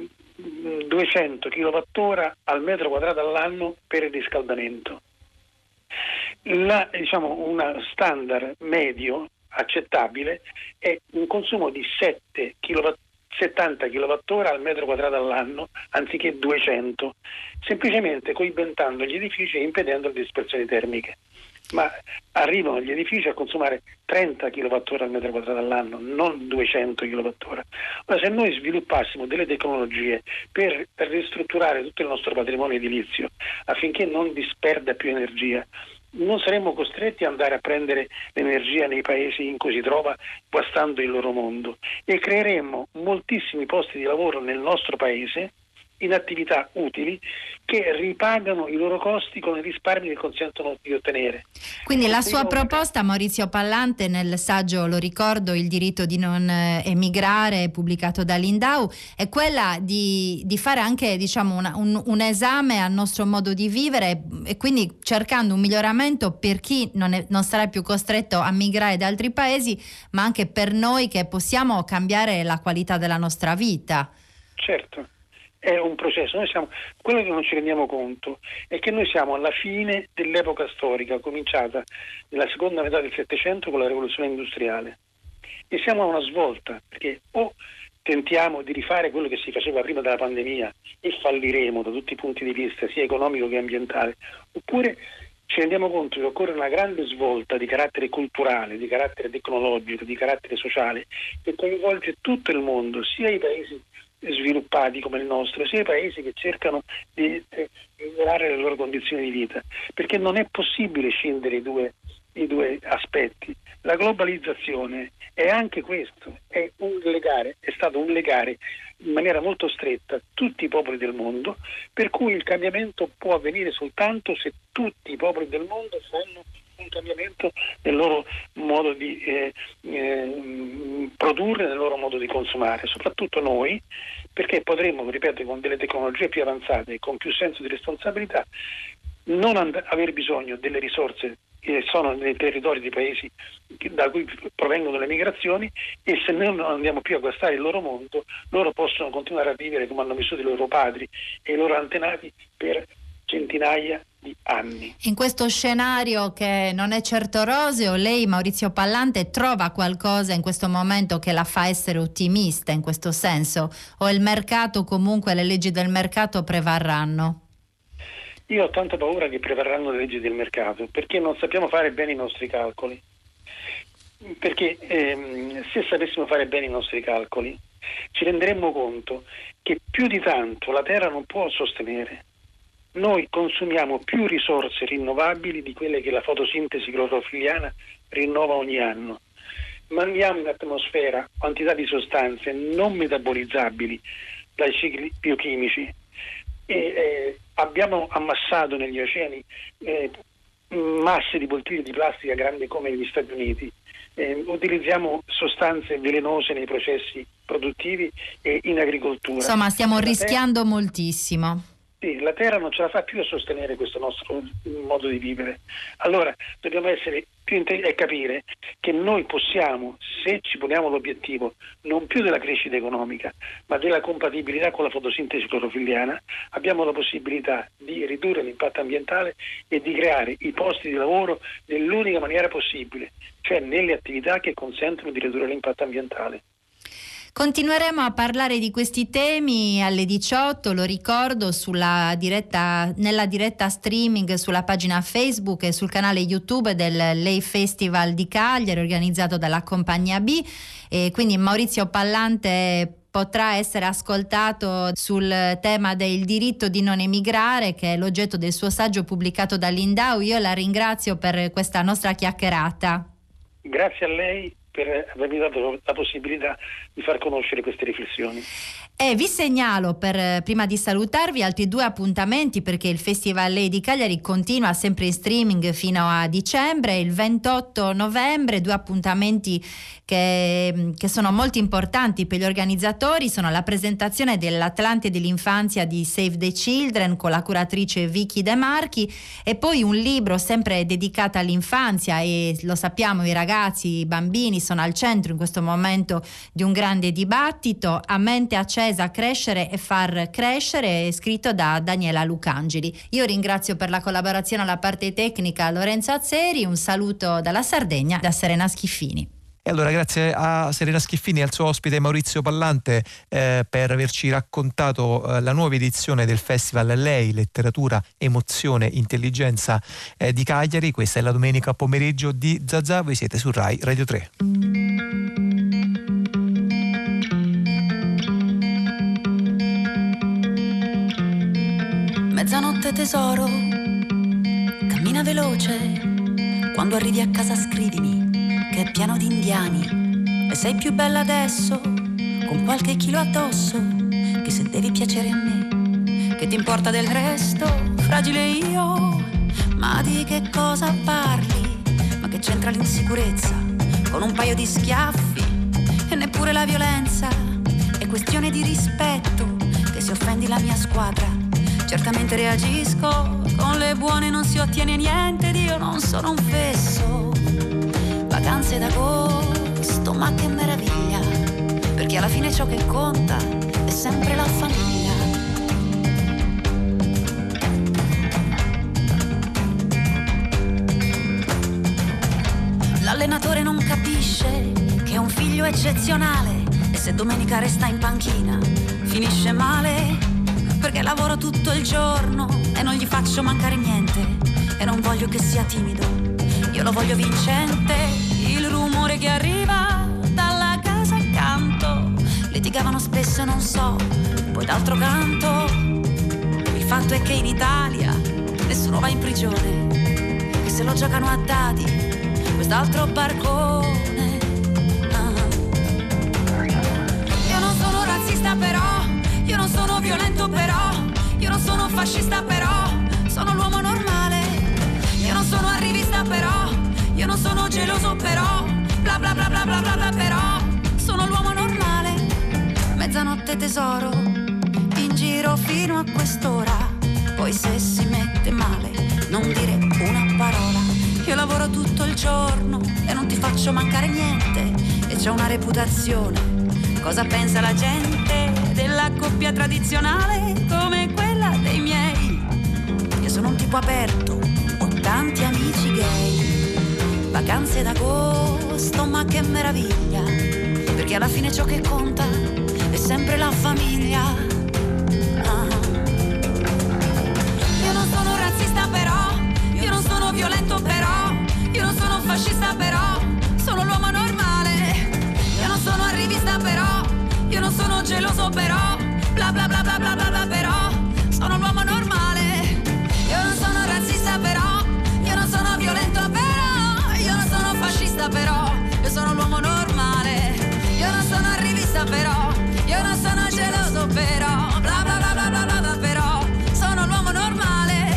duecento chilowattora al metro quadrato all'anno per il riscaldamento. La, diciamo, una standard medio accettabile è un consumo di sette kilowatt, settanta kilowattora al metro quadrato all'anno anziché duecento, semplicemente coibentando gli edifici e impedendo le dispersioni termiche. Ma arrivano gli edifici a consumare trenta kilowattora al metro quadrato all'anno, non duecento kilowattora. Ma se noi sviluppassimo delle tecnologie per, per ristrutturare tutto il nostro patrimonio edilizio affinché non disperda più energia, non saremmo costretti ad andare a prendere l'energia nei paesi in cui si trova, guastando il loro mondo, e creeremmo moltissimi posti di lavoro nel nostro paese in attività utili che ripagano i loro costi con i risparmi che consentono di ottenere. Quindi la sua proposta, Maurizio Pallante, nel saggio, lo ricordo, Il diritto di non emigrare, pubblicato da Lindau, è quella di, di fare anche, diciamo, una, un, un esame al nostro modo di vivere e quindi cercando un miglioramento per chi non, è, non sarà più costretto a migrare da altri paesi, ma anche per noi che possiamo cambiare la qualità della nostra vita. Certo. È un processo. Noi siamo, quello che non ci rendiamo conto è che noi siamo alla fine dell'epoca storica cominciata nella seconda metà del Settecento con la rivoluzione industriale e siamo a una svolta, perché o tentiamo di rifare quello che si faceva prima della pandemia e falliremo da tutti i punti di vista sia economico che ambientale, oppure ci rendiamo conto che occorre una grande svolta di carattere culturale, di carattere tecnologico, di carattere sociale che coinvolge tutto il mondo, sia i paesi sviluppati come il nostro, sia i paesi che cercano di eh, migliorare le loro condizioni di vita, perché non è possibile scindere i due, i due aspetti. La globalizzazione è anche questo, è un legare, è stato un legare in maniera molto stretta tutti i popoli del mondo, per cui il cambiamento può avvenire soltanto se tutti i popoli del mondo fanno un cambiamento nel loro modo di eh, eh, produrre, nel loro modo di consumare, soprattutto noi, perché potremmo, ripeto, con delle tecnologie più avanzate e con più senso di responsabilità, non and- aver bisogno delle risorse che sono nei territori dei paesi da cui provengono le migrazioni, e se noi non andiamo più a guastare il loro mondo, loro possono continuare a vivere come hanno vissuto i loro padri e i loro antenati per centinaia di anni. In questo scenario che non è certo roseo, lei, Maurizio Pallante, trova qualcosa in questo momento che la fa essere ottimista in questo senso? O il mercato, comunque le leggi del mercato prevarranno? Io ho tanta paura che prevarranno le leggi del mercato, perché non sappiamo fare bene i nostri calcoli. Perché ehm, se sapessimo fare bene i nostri calcoli, ci renderemmo conto che più di tanto la Terra non può sostenere. Noi consumiamo più risorse rinnovabili di quelle che la fotosintesi clorofilliana rinnova ogni anno. Mandiamo in atmosfera quantità di sostanze non metabolizzabili dai cicli biochimici e eh, abbiamo ammassato negli oceani eh, masse di bottiglie di plastica grandi come gli Stati Uniti. Eh, utilizziamo sostanze velenose nei processi produttivi e in agricoltura. Insomma, stiamo la rischiando terra, moltissimo. Sì, la Terra non ce la fa più a sostenere questo nostro modo di vivere. Allora dobbiamo essere più intelligenti e capire che noi possiamo, se ci poniamo l'obiettivo non più della crescita economica, ma della compatibilità con la fotosintesi clorofilliana, abbiamo la possibilità di ridurre l'impatto ambientale e di creare i posti di lavoro nell'unica maniera possibile, cioè nelle attività che consentono di ridurre l'impatto ambientale. Continueremo a parlare di questi temi alle diciotto, lo ricordo, sulla diretta, nella diretta streaming sulla pagina Facebook e sul canale YouTube del Lei Festival di Cagliari, organizzato dalla Compagnia B, e quindi Maurizio Pallante potrà essere ascoltato sul tema del diritto di non emigrare, che è l'oggetto del suo saggio pubblicato dall'Indau. Io la ringrazio per questa nostra chiacchierata. Grazie a lei per avermi dato la possibilità di far conoscere queste riflessioni. E vi segnalo, per prima di salutarvi, altri due appuntamenti, perché il Festival Lei di Cagliari continua sempre in streaming fino a dicembre. Il ventotto novembre due appuntamenti che, che sono molto importanti per gli organizzatori sono la presentazione dell'Atlante dell'infanzia di Save the Children con la curatrice Vicky De Marchi, e poi un libro sempre dedicato all'infanzia, e lo sappiamo, i ragazzi, i bambini sono al centro in questo momento di un grande dibattito. A mente accesa, crescere e far crescere, è scritto da Daniela Lucangeli. Io ringrazio per la collaborazione alla parte tecnica Lorenzo Azzeri, un saluto dalla Sardegna, da Serena Schiffini. E allora grazie a Serena Schiffini e al suo ospite Maurizio Pallante eh, per averci raccontato eh, la nuova edizione del Festival Lei, Letteratura, Emozione, Intelligenza eh, di Cagliari. Questa è la domenica pomeriggio di Zazà, voi siete su Rai Radio tre. Mezzanotte tesoro, cammina veloce, quando arrivi a casa scrivimi che è pieno di indiani e sei più bella adesso, con qualche chilo addosso, che se devi piacere a me, che ti importa del resto, fragile io, ma di che cosa parli? Ma che c'entra l'insicurezza con un paio di schiaffi? E neppure la violenza, è questione di rispetto, che se offendi la mia squadra certamente reagisco, con le buone non si ottiene niente ed io non sono un fesso. Vacanze d'agosto, ma che meraviglia, perché alla fine ciò che conta è sempre la famiglia. L'allenatore non capisce che è un figlio eccezionale e se domenica resta in panchina finisce male, perché lavoro tutto il giorno e non gli faccio mancare niente e non voglio che sia timido, io lo voglio vincente. Il rumore che arriva dalla casa accanto, litigavano spesso e non so, poi d'altro canto. Il fatto è che in Italia nessuno va in prigione, che se lo giocano a dadi quest'altro barcone. Ah. Io non sono razzista però, io non sono violento però, io non sono fascista però, sono l'uomo normale. Io non sono arrivista però, io non sono geloso però, bla bla bla bla bla bla bla però, sono l'uomo normale. Mezzanotte tesoro, in giro fino a quest'ora, poi se si mette male non dire una parola. Io lavoro tutto il giorno e non ti faccio mancare niente e c'ho una reputazione. Cosa pensa la gente della coppia tradizionale come quella dei miei? Io sono un tipo corpo aperto, ho tanti amici gay. Vacanze d'agosto, ma che meraviglia, perché alla fine ciò che conta è sempre la famiglia. Ah. Io non sono razzista però, io non sono violento però, io non sono fascista però, sono l'uomo normale. Io non sono arrivista però, io non sono geloso però, bla bla bla bla bla bla, bla però, sono l'uomo normale. Io non sono razzista però, io non sono violento però, io non sono fascista però, io sono l'uomo normale. Io non sono arrivista però, io non sono geloso però, bla bla bla bla bla, bla, bla però, sono l'uomo normale.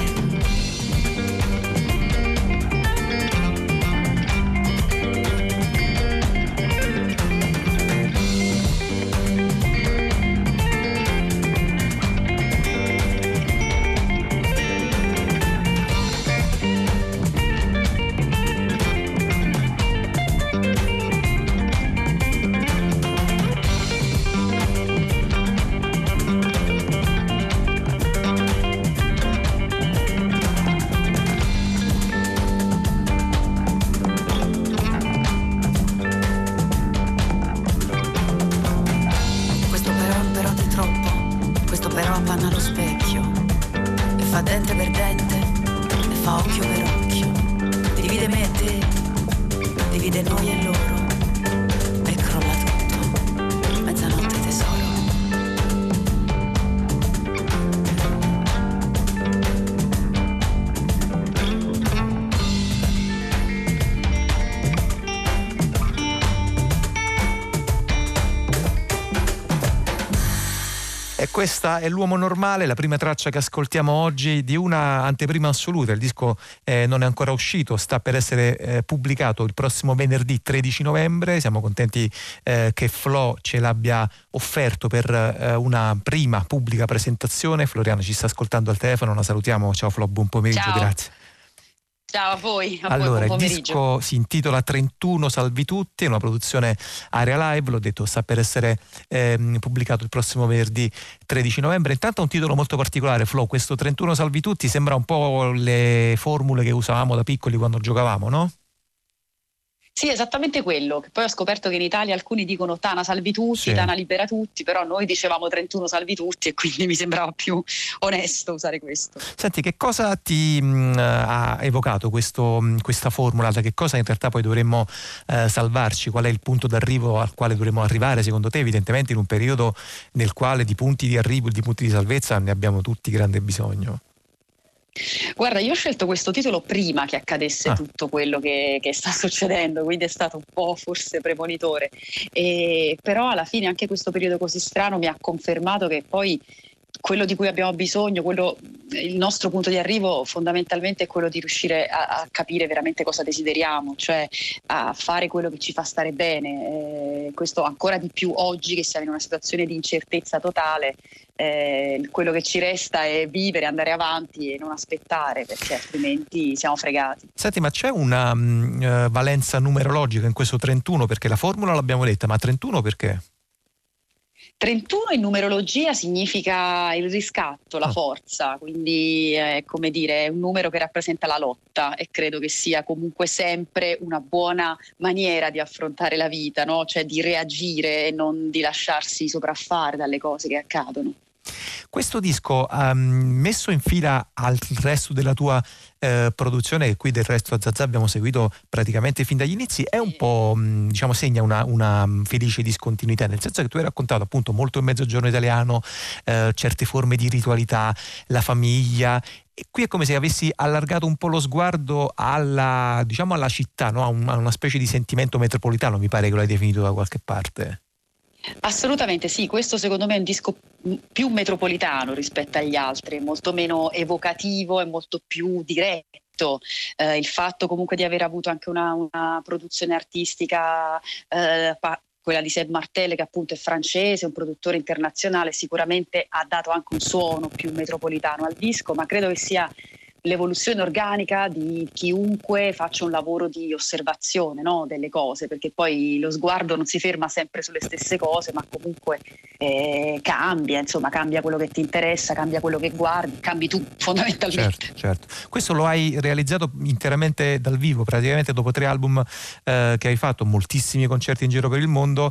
Panna allo specchio e fa dente per dente e fa occhio per occhio, divide me e te, divide noi e loro e crolla tutto, mezzanotte tesoro. E questa è L'uomo normale, la prima traccia che ascoltiamo oggi di una anteprima assoluta. Il disco eh, non è ancora uscito, sta per essere eh, pubblicato il prossimo venerdì tredici novembre. Siamo contenti eh, che Flo ce l'abbia offerto per eh, una prima pubblica presentazione. Floriana ci sta ascoltando al telefono, la salutiamo. Ciao Flo, buon pomeriggio. Ciao. Grazie. Ciao a voi, a allora, voi, buon il disco si intitola trentuno Salvi Tutti, è una produzione Area Live, l'ho detto, sta per essere ehm, pubblicato il prossimo venerdì tredici novembre. Intanto ha un titolo molto particolare, Flo, questo trentuno Salvi Tutti sembra un po' le formule che usavamo da piccoli quando giocavamo, no? Sì, esattamente quello, che poi ho scoperto che in Italia alcuni dicono Tana salvi tutti, sì. Tana libera tutti, però noi dicevamo trentuno salvi tutti e quindi mi sembrava più onesto usare questo. Senti, che cosa ti mh, ha evocato questo, mh, questa formula? Da che cosa in realtà poi dovremmo eh, salvarci? Qual è il punto d'arrivo al quale dovremmo arrivare secondo te? Evidentemente in un periodo nel quale di punti di arrivo e di punti di salvezza ne abbiamo tutti grande bisogno. Guarda, io ho scelto questo titolo prima che accadesse ah. tutto quello che, che sta succedendo, quindi è stato un po' forse premonitore, e, però alla fine anche questo periodo così strano mi ha confermato che poi quello di cui abbiamo bisogno, quello, il nostro punto di arrivo fondamentalmente è quello di riuscire a, a capire veramente cosa desideriamo, cioè a fare quello che ci fa stare bene, eh, questo ancora di più oggi che siamo in una situazione di incertezza totale. Eh, quello che ci resta è vivere, andare avanti e non aspettare, perché altrimenti siamo fregati. Senti, ma c'è una uh, valenza numerologica in questo trentuno? Perché la formula l'abbiamo detta, ma trentuno perché? trentuno in numerologia significa il riscatto, la oh. forza, quindi è come dire, è un numero che rappresenta la lotta e credo che sia comunque sempre una buona maniera di affrontare la vita, no? Cioè di reagire e non di lasciarsi sopraffare dalle cose che accadono. Questo disco, um, messo in fila al resto della tua eh, produzione, che qui del resto a Zazà abbiamo seguito praticamente fin dagli inizi, è un po', mh, diciamo, segna una, una felice discontinuità, nel senso che tu hai raccontato appunto molto il mezzogiorno italiano, eh, certe forme di ritualità, la famiglia, e qui è come se avessi allargato un po' lo sguardo alla, diciamo, alla città, no? a, un, a una specie di sentimento metropolitano, mi pare che lo hai definito da qualche parte. Assolutamente sì, questo secondo me è un disco più metropolitano rispetto agli altri, molto meno evocativo e molto più diretto. Eh, il fatto comunque di aver avuto anche una, una produzione artistica, eh, pa- quella di Seb Martel, che appunto è francese, un produttore internazionale, sicuramente ha dato anche un suono più metropolitano al disco, ma credo che sia l'evoluzione organica di chiunque faccia un lavoro di osservazione, no? Delle cose, perché poi lo sguardo non si ferma sempre sulle stesse cose, ma comunque eh, cambia, insomma, cambia quello che ti interessa, cambia quello che guardi, cambi tu fondamentalmente. Certo, certo. Questo lo hai realizzato interamente dal vivo, praticamente dopo tre album eh, che hai fatto, moltissimi concerti in giro per il mondo,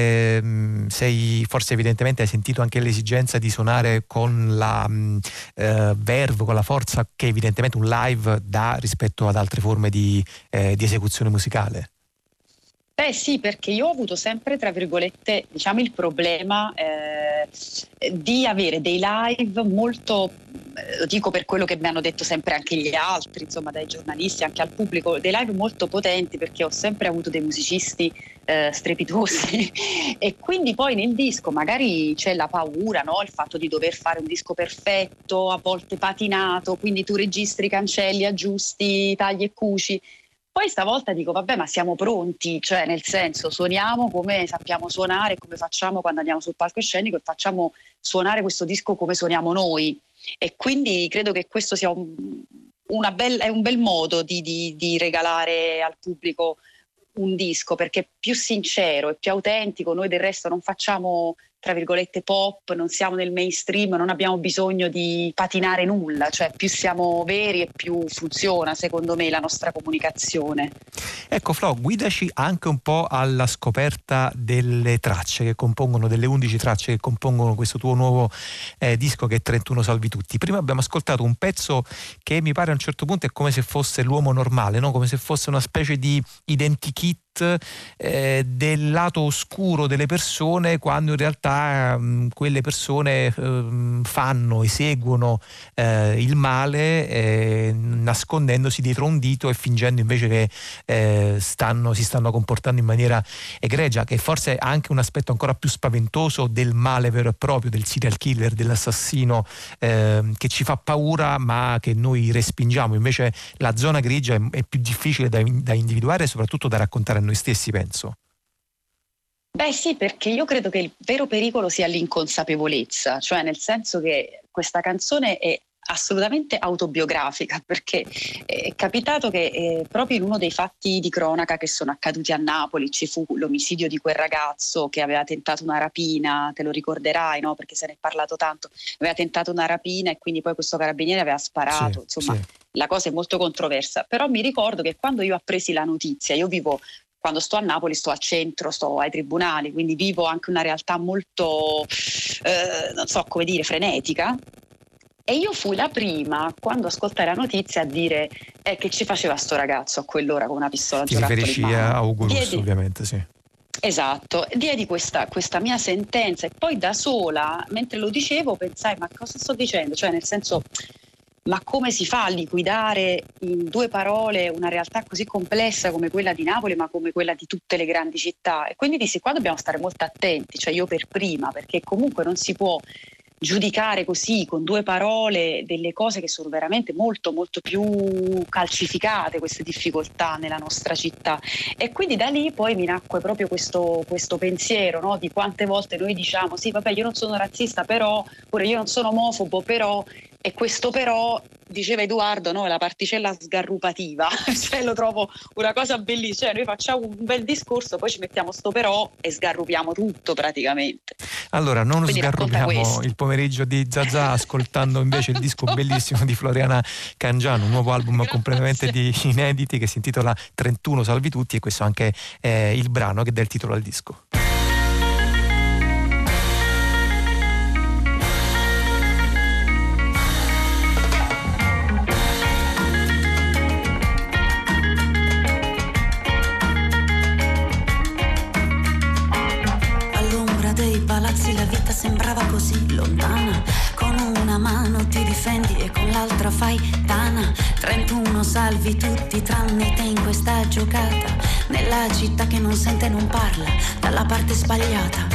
eh, sei forse evidentemente hai sentito anche l'esigenza di suonare con la eh, verve, con la forza che evidentemente un live dà rispetto ad altre forme di, eh, di esecuzione musicale. Beh sì, perché io ho avuto sempre, tra virgolette, diciamo il problema eh, di avere dei live molto, eh, lo dico per quello che mi hanno detto sempre anche gli altri, insomma dai giornalisti anche al pubblico, dei live molto potenti, perché ho sempre avuto dei musicisti eh, strepitosi e quindi poi nel disco magari c'è la paura, no? Il fatto di dover fare un disco perfetto, a volte patinato, quindi tu registri, cancelli, aggiusti, tagli e cuci. Poi stavolta dico vabbè, ma siamo pronti, cioè nel senso suoniamo come sappiamo suonare, come facciamo quando andiamo sul palcoscenico, e facciamo suonare questo disco come suoniamo noi, e quindi credo che questo sia un, una bella, è un bel modo di, di, di regalare al pubblico un disco, perché è più sincero e più autentico. Noi del resto non facciamo, tra virgolette, pop, non siamo nel mainstream, non abbiamo bisogno di patinare nulla, cioè più siamo veri e più funziona secondo me la nostra comunicazione. Ecco Flo, guidaci anche un po' alla scoperta delle tracce che compongono, delle undici tracce che compongono questo tuo nuovo eh, disco che è trentuno Salvi Tutti. Prima abbiamo ascoltato un pezzo che mi pare a un certo punto è come se fosse l'uomo normale, no? Come se fosse una specie di identikit Eh, del lato oscuro delle persone, quando in realtà mh, quelle persone eh, fanno, eseguono eh, il male eh, nascondendosi dietro un dito e fingendo invece che eh, stanno, si stanno comportando in maniera egregia, che forse ha anche un aspetto ancora più spaventoso del male vero e proprio, del serial killer, dell'assassino eh, che ci fa paura ma che noi respingiamo. Invece la zona grigia è, è più difficile da, da individuare e soprattutto da raccontare a noi stessi, penso. Beh sì, perché io credo che il vero pericolo sia l'inconsapevolezza, cioè nel senso che questa canzone è assolutamente autobiografica, perché è capitato che eh, proprio in uno dei fatti di cronaca che sono accaduti a Napoli ci fu l'omicidio di quel ragazzo che aveva tentato una rapina, te lo ricorderai, no? Perché se ne è parlato tanto, aveva tentato una rapina e quindi poi questo carabiniere aveva sparato, sì, insomma sì. La cosa è molto controversa, però mi ricordo che quando io appresi la notizia, io vivo, quando sto a Napoli sto al centro, sto ai tribunali, quindi vivo anche una realtà molto, eh, non so come dire, frenetica. E io fui la prima, quando ascoltai la notizia, a dire eh, che ci faceva sto ragazzo a quell'ora con una pistola a giocattolo in mano. Ti riferisci a Ugo Russo, Diedi... ovviamente, sì. Esatto, diedi questa, questa mia sentenza e poi da sola, mentre lo dicevo, pensai ma cosa sto dicendo? Cioè nel senso, ma come si fa a liquidare in due parole una realtà così complessa come quella di Napoli, ma come quella di tutte le grandi città? E quindi dissi, qua dobbiamo stare molto attenti, cioè io per prima, perché comunque non si può giudicare così con due parole delle cose che sono veramente molto molto più calcificate, queste difficoltà nella nostra città. E quindi da lì poi mi nacque proprio questo, questo pensiero, no? Di quante volte noi diciamo sì vabbè io non sono razzista però, oppure io non sono omofobo però, e questo però, diceva Edoardo, no, è la particella sgarrupativa, cioè lo trovo una cosa bellissima, cioè noi facciamo un bel discorso, poi ci mettiamo sto però e sgarrupiamo tutto praticamente. Allora non Quindi sgarrupiamo il pomeriggio di Zazà ascoltando invece il disco bellissimo di Floriana Cangiano, un nuovo album Grazie. completamente di inediti che si intitola trentuno Salvi Tutti, e questo anche è il brano che dà il titolo al disco. La vita sembrava così lontana, con una mano ti difendi e con l'altra fai tana. trentuno salvi tutti tranne te in questa giocata, nella città che non sente e non parla, dalla parte sbagliata.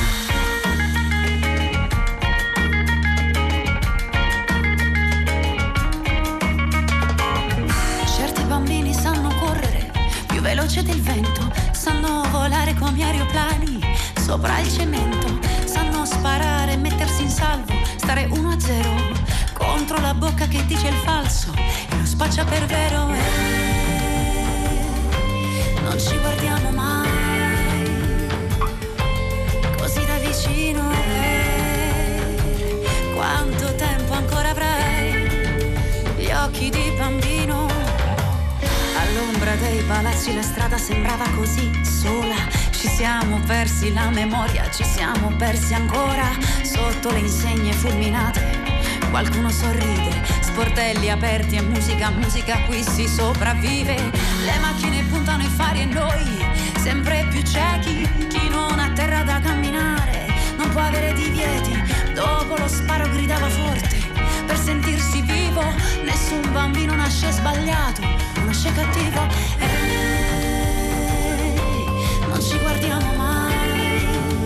Certi bambini sanno correre più veloce del vento, sanno volare come aeroplani sopra il cemento, sanno sparare e mettersi in salvo, stare uno a zero contro la bocca che dice il falso e lo spaccia per vero. E non ci guardiamo mai così da vicino. E quanto tempo ancora avrai gli occhi di bambino? All'ombra dei palazzi la strada sembrava così sola. Ci siamo persi la memoria, ci siamo persi ancora. Sotto le insegne fulminate qualcuno sorride. Sportelli aperti e musica, musica, qui si sopravvive. Le macchine puntano i fari e noi sempre più ciechi. Chi non ha terra da camminare non può avere divieti. Dopo lo sparo gridava forte per sentirsi vivo. Nessun bambino nasce sbagliato, nasce cattivo. E non ci guardiamo mai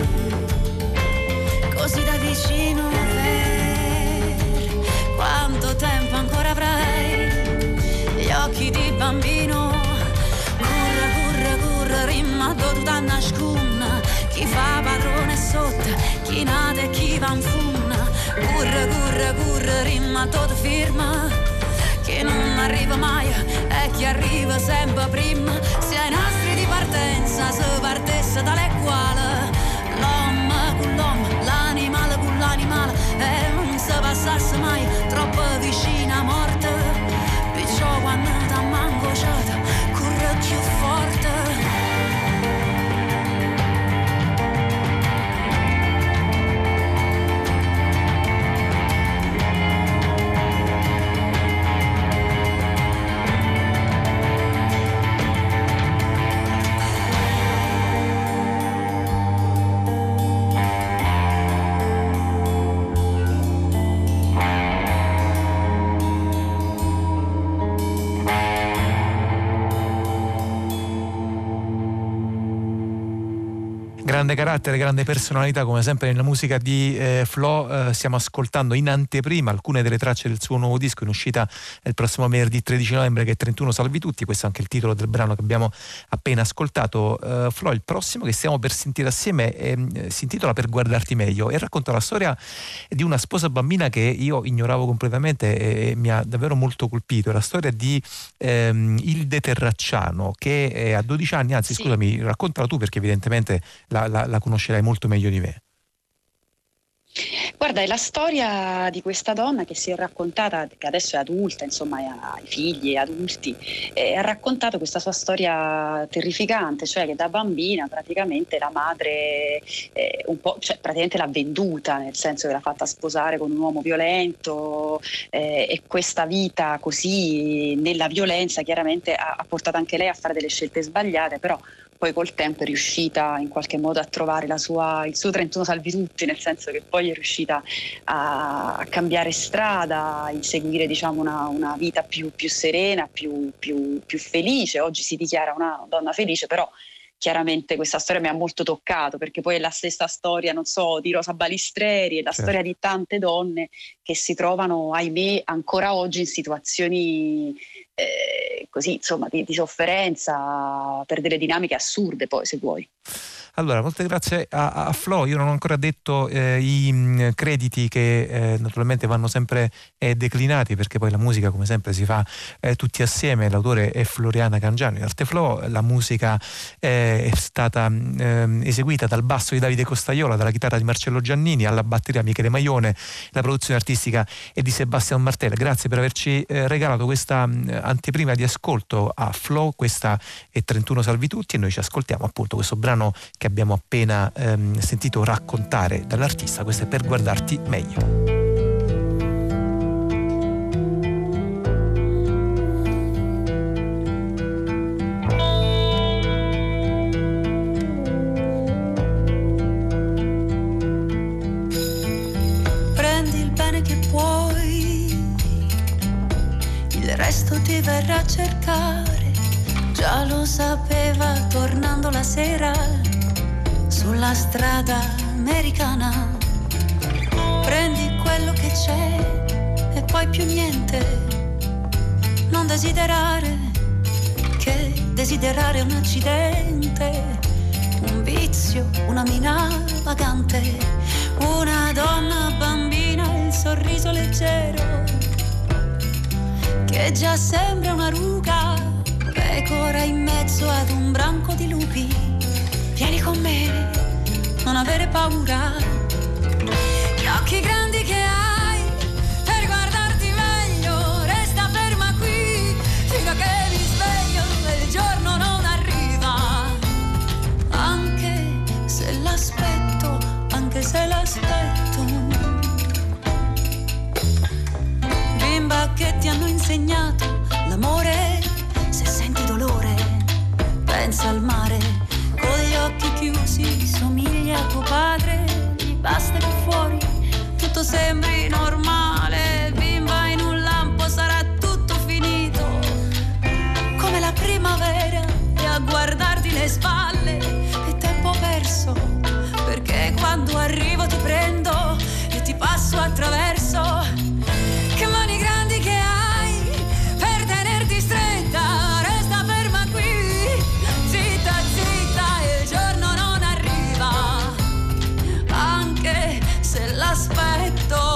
così da vicino. E quanto tempo ancora avrai gli occhi di bambino? Curra, curra, curra, rimma tutta nascuna. Chi fa padrone sotto, chi nata e chi va in funna. Curra, curra, curra, rimma tutta firma. Che non arriva mai e chi arriva sempre prima. Se ai nastri di partenza se partesse dalle quale l'uomo con l'uomo, l'animale con l'animale, e non si passasse mai troppo vicino a morte. Perciò quando ti ammangociata corre più forte. Grande carattere, grande personalità, come sempre nella musica di eh, Flo. Eh, stiamo ascoltando in anteprima alcune delle tracce del suo nuovo disco in uscita il prossimo venerdì tredici novembre, che è trentuno Salvi Tutti. Questo è anche il titolo del brano che abbiamo appena ascoltato. Eh, Flo, il prossimo che stiamo per sentire assieme eh, si intitola Per guardarti meglio e racconta la storia di una sposa bambina che io ignoravo completamente e mi ha davvero molto colpito. È la storia di ehm, Ilde Terracciano, che eh, a dodici anni, anzi Sì. scusami, raccontala tu perché evidentemente la, la, la conoscerai molto meglio di me. Guarda, è la storia di questa donna che si è raccontata, che adesso è adulta, insomma, ha i figli adulti, e ha raccontato questa sua storia terrificante, cioè che da bambina praticamente la madre eh, un po', cioè praticamente l'ha venduta, nel senso che l'ha fatta sposare con un uomo violento, eh, e questa vita così nella violenza chiaramente ha, ha portato anche lei a fare delle scelte sbagliate, però poi col tempo è riuscita in qualche modo a trovare la sua, il suo trentuno Salvi Tutti, nel senso che poi è riuscita a, a cambiare strada, a inseguire, diciamo, una, una vita più, più serena, più, più, più felice. Oggi si dichiara una donna felice, però chiaramente questa storia mi ha molto toccato, perché poi è la stessa storia, non so, di Rosa Balistreri, è la Certo. storia di tante donne che si trovano, ahimè, ancora oggi in situazioni eh, così, insomma, di, di sofferenza, per delle dinamiche assurde, poi, se vuoi. Allora, molte grazie a, a Flo. Io non ho ancora detto eh, i mh, crediti che eh, naturalmente vanno sempre eh, declinati, perché poi la musica, come sempre, si fa eh, tutti assieme. L'autore è Floriana Cangiano in arte Flo, la musica eh, è stata eh, eseguita dal basso di Davide Costaiola, dalla chitarra di Marcello Giannini, alla batteria Michele Maione, la produzione artistica è di Sebastian Martella. Grazie per averci eh, regalato questa mh, anteprima di ascolto a Flo. Questa è trentuno Salvi Tutti e noi ci ascoltiamo appunto questo brano che abbiamo appena ehm, sentito raccontare dall'artista. Questo è Per guardarti meglio. Prendi il bene che puoi, il resto ti verrà a cercare. Già lo sapeva tornando la sera sulla strada americana. Prendi quello che c'è e poi più niente. Non desiderare che desiderare un accidente, un vizio, una mina vagante, una donna bambina, il sorriso leggero che già sembra una ruga, pecora in mezzo ad un branco di lupi. Vieni con me, non avere paura, gli occhi grandi che hai per guardarti meglio, resta ferma qui fino a che mi sveglio e il giorno non arriva, anche se l'aspetto, anche se l'aspetto. Bimba che ti hanno insegnato l'amore, se senti dolore pensa al mare, con gli occhi chiusi somiglia a tuo padre, gli basta che fuori tutto sembri normale, bimba in un lampo sarà tutto finito, come la primavera, e a guardarti le spalle è tempo perso, perché quando arrivo ti prendo e ti passo attraverso. Che mani grandi che hai per tenerti stretta, resta ferma qui, zitta zitta, il giorno non arriva, anche se l'aspetto.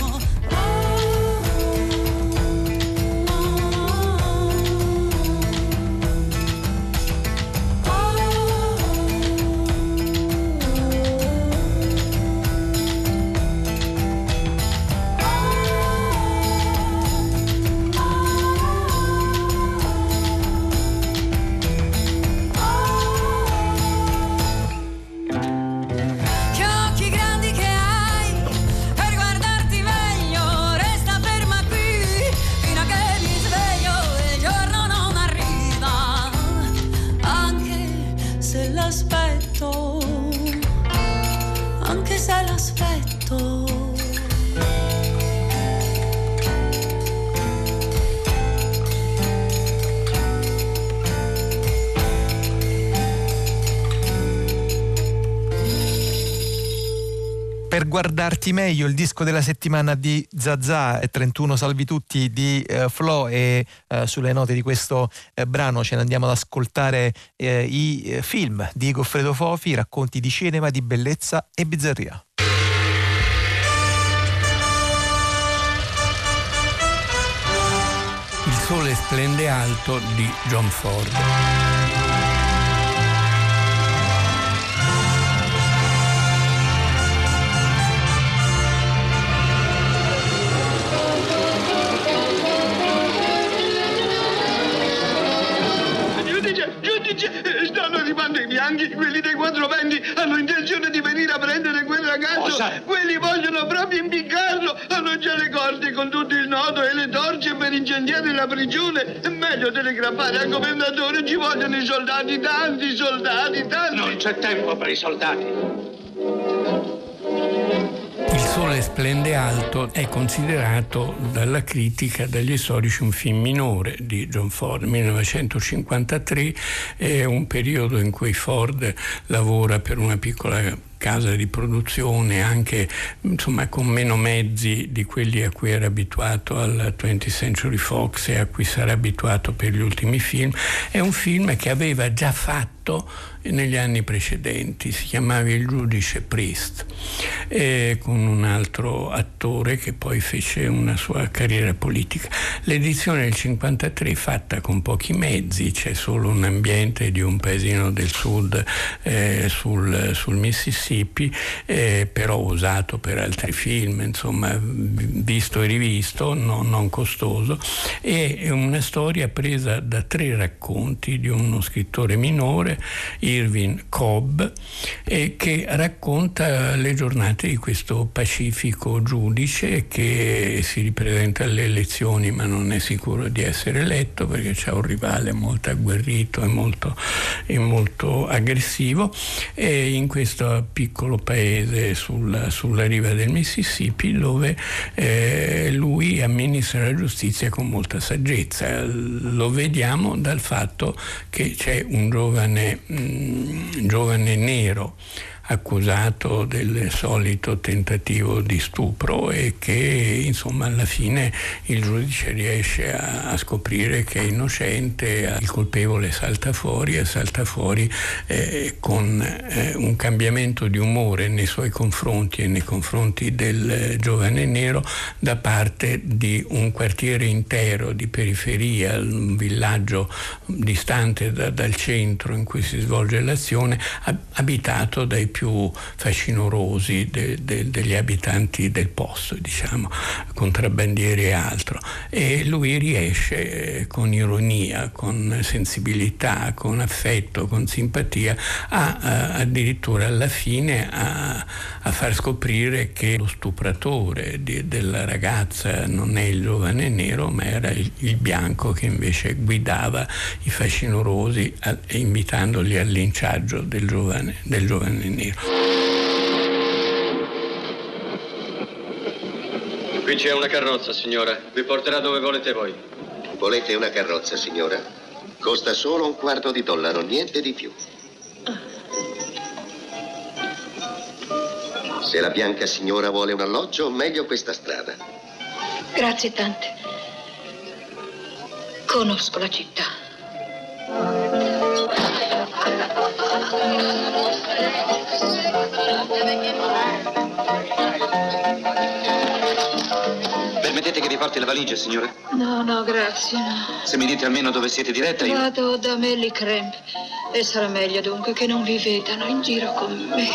Anche se l'aspetto. Per guardarti meglio, il disco della settimana di Zazà, trentuno Salvi Tutti di eh, Flo, e eh, sulle note di questo eh, brano ce ne andiamo ad ascoltare eh, i eh, film di Goffredo Fofi, racconti di cinema, di bellezza e bizzarria. Il sole splende alto di John Ford. Stanno arrivando i bianchi, quelli dei quattro venti hanno intenzione di venire a prendere quel ragazzo. Cosa? Quelli vogliono proprio impiccarlo, hanno già le corde con tutto il nodo e le torce per incendiare la prigione. È meglio telegrafare al governatore, ci vogliono i soldati, tanti soldati, tanti. Non c'è tempo per i soldati. Il sole splende alto è considerato dalla critica, dagli storici, un film minore di John Ford. millenovecentocinquantatré è un periodo in cui Ford lavora per una piccola casa di produzione, anche insomma con meno mezzi di quelli a cui era abituato alla twentieth Century Fox e a cui sarà abituato per gli ultimi film. È un film che aveva già fatto negli anni precedenti, si chiamava Il giudice Priest, eh, con un altro attore che poi fece una sua carriera politica. L'edizione del cinquantatré è fatta con pochi mezzi, c'è solo un ambiente di un paesino del sud eh, sul, sul Mississippi, eh, però usato per altri film, insomma visto e rivisto, no, non costoso. È una storia presa da tre racconti di uno scrittore minore, Irving Cobb, eh, che racconta le giornate di questo pacifico giudice che si ripresenta alle elezioni ma non è sicuro di essere eletto perché c'è un rivale molto agguerrito e molto, e molto aggressivo, e in questo piccolo paese sulla, sulla riva del Mississippi, dove eh, lui amministra la giustizia con molta saggezza. Lo vediamo dal fatto che c'è un giovane, mh, giovane nero accusato del solito tentativo di stupro e che insomma alla fine il giudice riesce a, a scoprire che è innocente, il colpevole salta fuori e salta fuori eh, con eh, un cambiamento di umore nei suoi confronti e nei confronti del eh, giovane nero da parte di un quartiere intero di periferia, un villaggio distante da, dal centro in cui si svolge l'azione, abitato dai più facinorosi de, de, degli abitanti del posto, diciamo, contrabbandieri e altro. E lui riesce con ironia, con sensibilità, con affetto, con simpatia a, a addirittura alla fine a, a far scoprire che lo stupratore di, della ragazza non è il giovane nero, ma era il, il bianco che invece guidava i facinorosi a, invitandoli al linciaggio del giovane, del giovane nero. Qui c'è una carrozza, signora. Vi porterà dove volete voi. Volete una carrozza, signora? Costa solo un quarto di dollaro, niente di più. Se la bianca signora vuole un alloggio, meglio questa strada. Grazie tante. Conosco la città. Permettete che vi porti la valigia, signora? No, no, grazie, no. Se mi dite almeno dove siete diretta, io... Vado da Melly Cramp e sarà meglio dunque che non vi vedano in giro con me.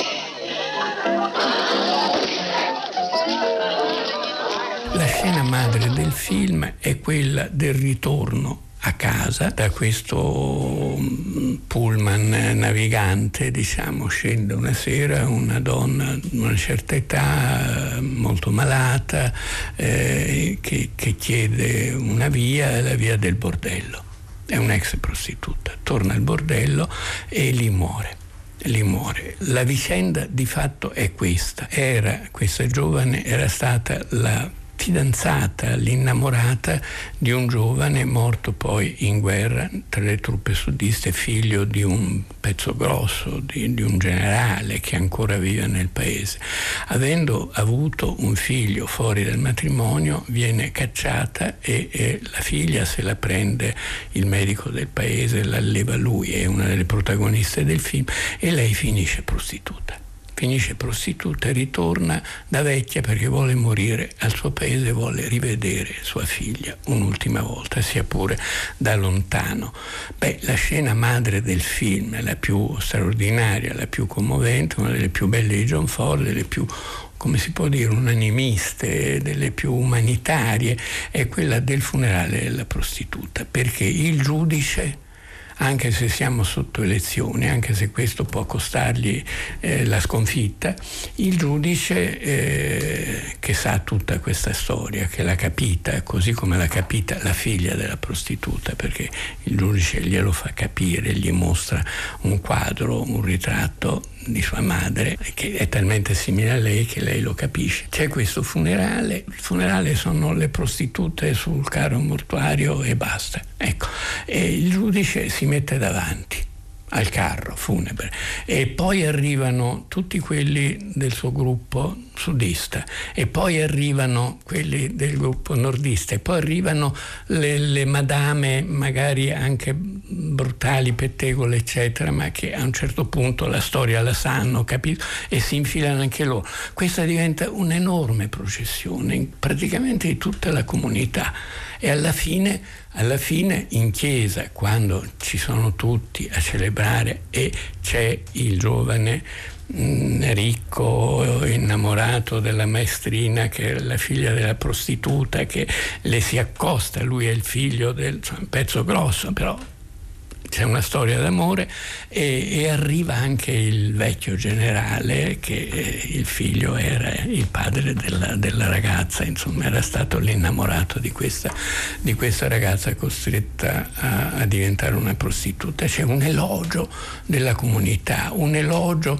La scena madre del film è quella del ritorno a casa da questo pullman navigante, diciamo. Scende una sera una donna di una certa età, molto malata, eh, che, che chiede una via, la via del bordello. È un'ex prostituta, torna al bordello e lì muore. Lì muore. La vicenda di fatto è questa. Era, questa giovane era stata la fidanzata, l'innamorata di un giovane morto poi in guerra tra le truppe sudiste, figlio di un pezzo grosso, di, di un generale che ancora vive nel paese. Avendo avuto un figlio fuori dal matrimonio, viene cacciata e, e la figlia se la prende il medico del paese, l'alleva lui, è una delle protagoniste del film, e lei finisce prostituta. Finisce prostituta, ritorna da vecchia perché vuole morire al suo paese, vuole rivedere sua figlia un'ultima volta, sia pure da lontano. Beh, la scena madre del film è la più straordinaria, la più commovente, una delle più belle di John Ford, delle più, come si può dire, unanimiste, delle più umanitarie, è quella del funerale della prostituta, perché il giudice, anche se siamo sotto elezioni, anche se questo può costargli eh, la sconfitta, il giudice eh, che sa tutta questa storia, che l'ha capita, così come l'ha capita la figlia della prostituta, perché il giudice glielo fa capire, gli mostra un quadro, un ritratto di sua madre che è talmente simile a lei che lei lo capisce. C'è questo funerale, il funerale sono le prostitute sul carro mortuario e basta, ecco, e il giudice si mette davanti al carro funebre e poi arrivano tutti quelli del suo gruppo sudista e poi arrivano quelli del gruppo nordista e poi arrivano le, le madame magari anche brutali, pettegole eccetera, ma che a un certo punto la storia la sanno, capito? E si infilano anche loro. Questa diventa un'enorme processione praticamente di tutta la comunità e alla fine, alla fine in chiesa, quando ci sono tutti a celebrare e c'è il giovane mh, ricco innamorato della maestrina che è la figlia della prostituta che le si accosta, lui è il figlio del, cioè, un pezzo grosso, però c'è una storia d'amore e, e arriva anche il vecchio generale che eh, il figlio era il padre della, della ragazza, insomma era stato l'innamorato di questa, di questa ragazza costretta a, a diventare una prostituta. C'è un elogio della comunità, un elogio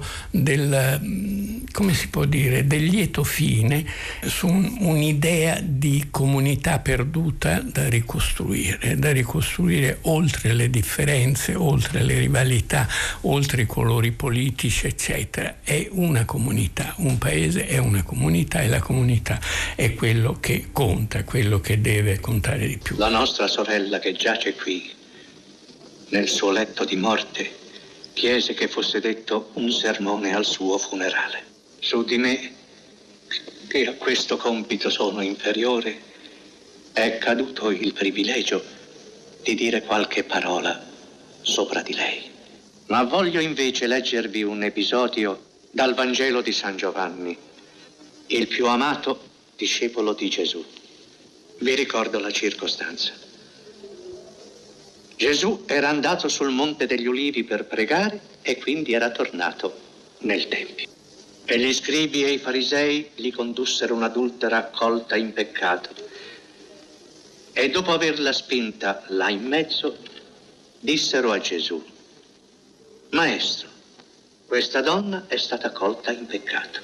del, come si può dire, del lieto fine su un, un'idea di comunità perduta da ricostruire, da ricostruire oltre le differenze differenze, oltre le rivalità, oltre i colori politici, eccetera. È una comunità, un paese è una comunità e la comunità è quello che conta, quello che deve contare di più. La nostra sorella che giace qui, nel suo letto di morte, chiese che fosse detto un sermone al suo funerale. Su di me, che a questo compito sono inferiore, è caduto il privilegio di dire qualche parola sopra di lei. Ma voglio invece leggervi un episodio dal Vangelo di San Giovanni, il più amato discepolo di Gesù. Vi ricordo la circostanza. Gesù era andato sul Monte degli Ulivi per pregare e quindi era tornato nel Tempio. E gli scribi e i farisei gli condussero un'adultera colta in peccato. E dopo averla spinta là in mezzo, dissero a Gesù: Maestro, questa donna è stata colta in peccato.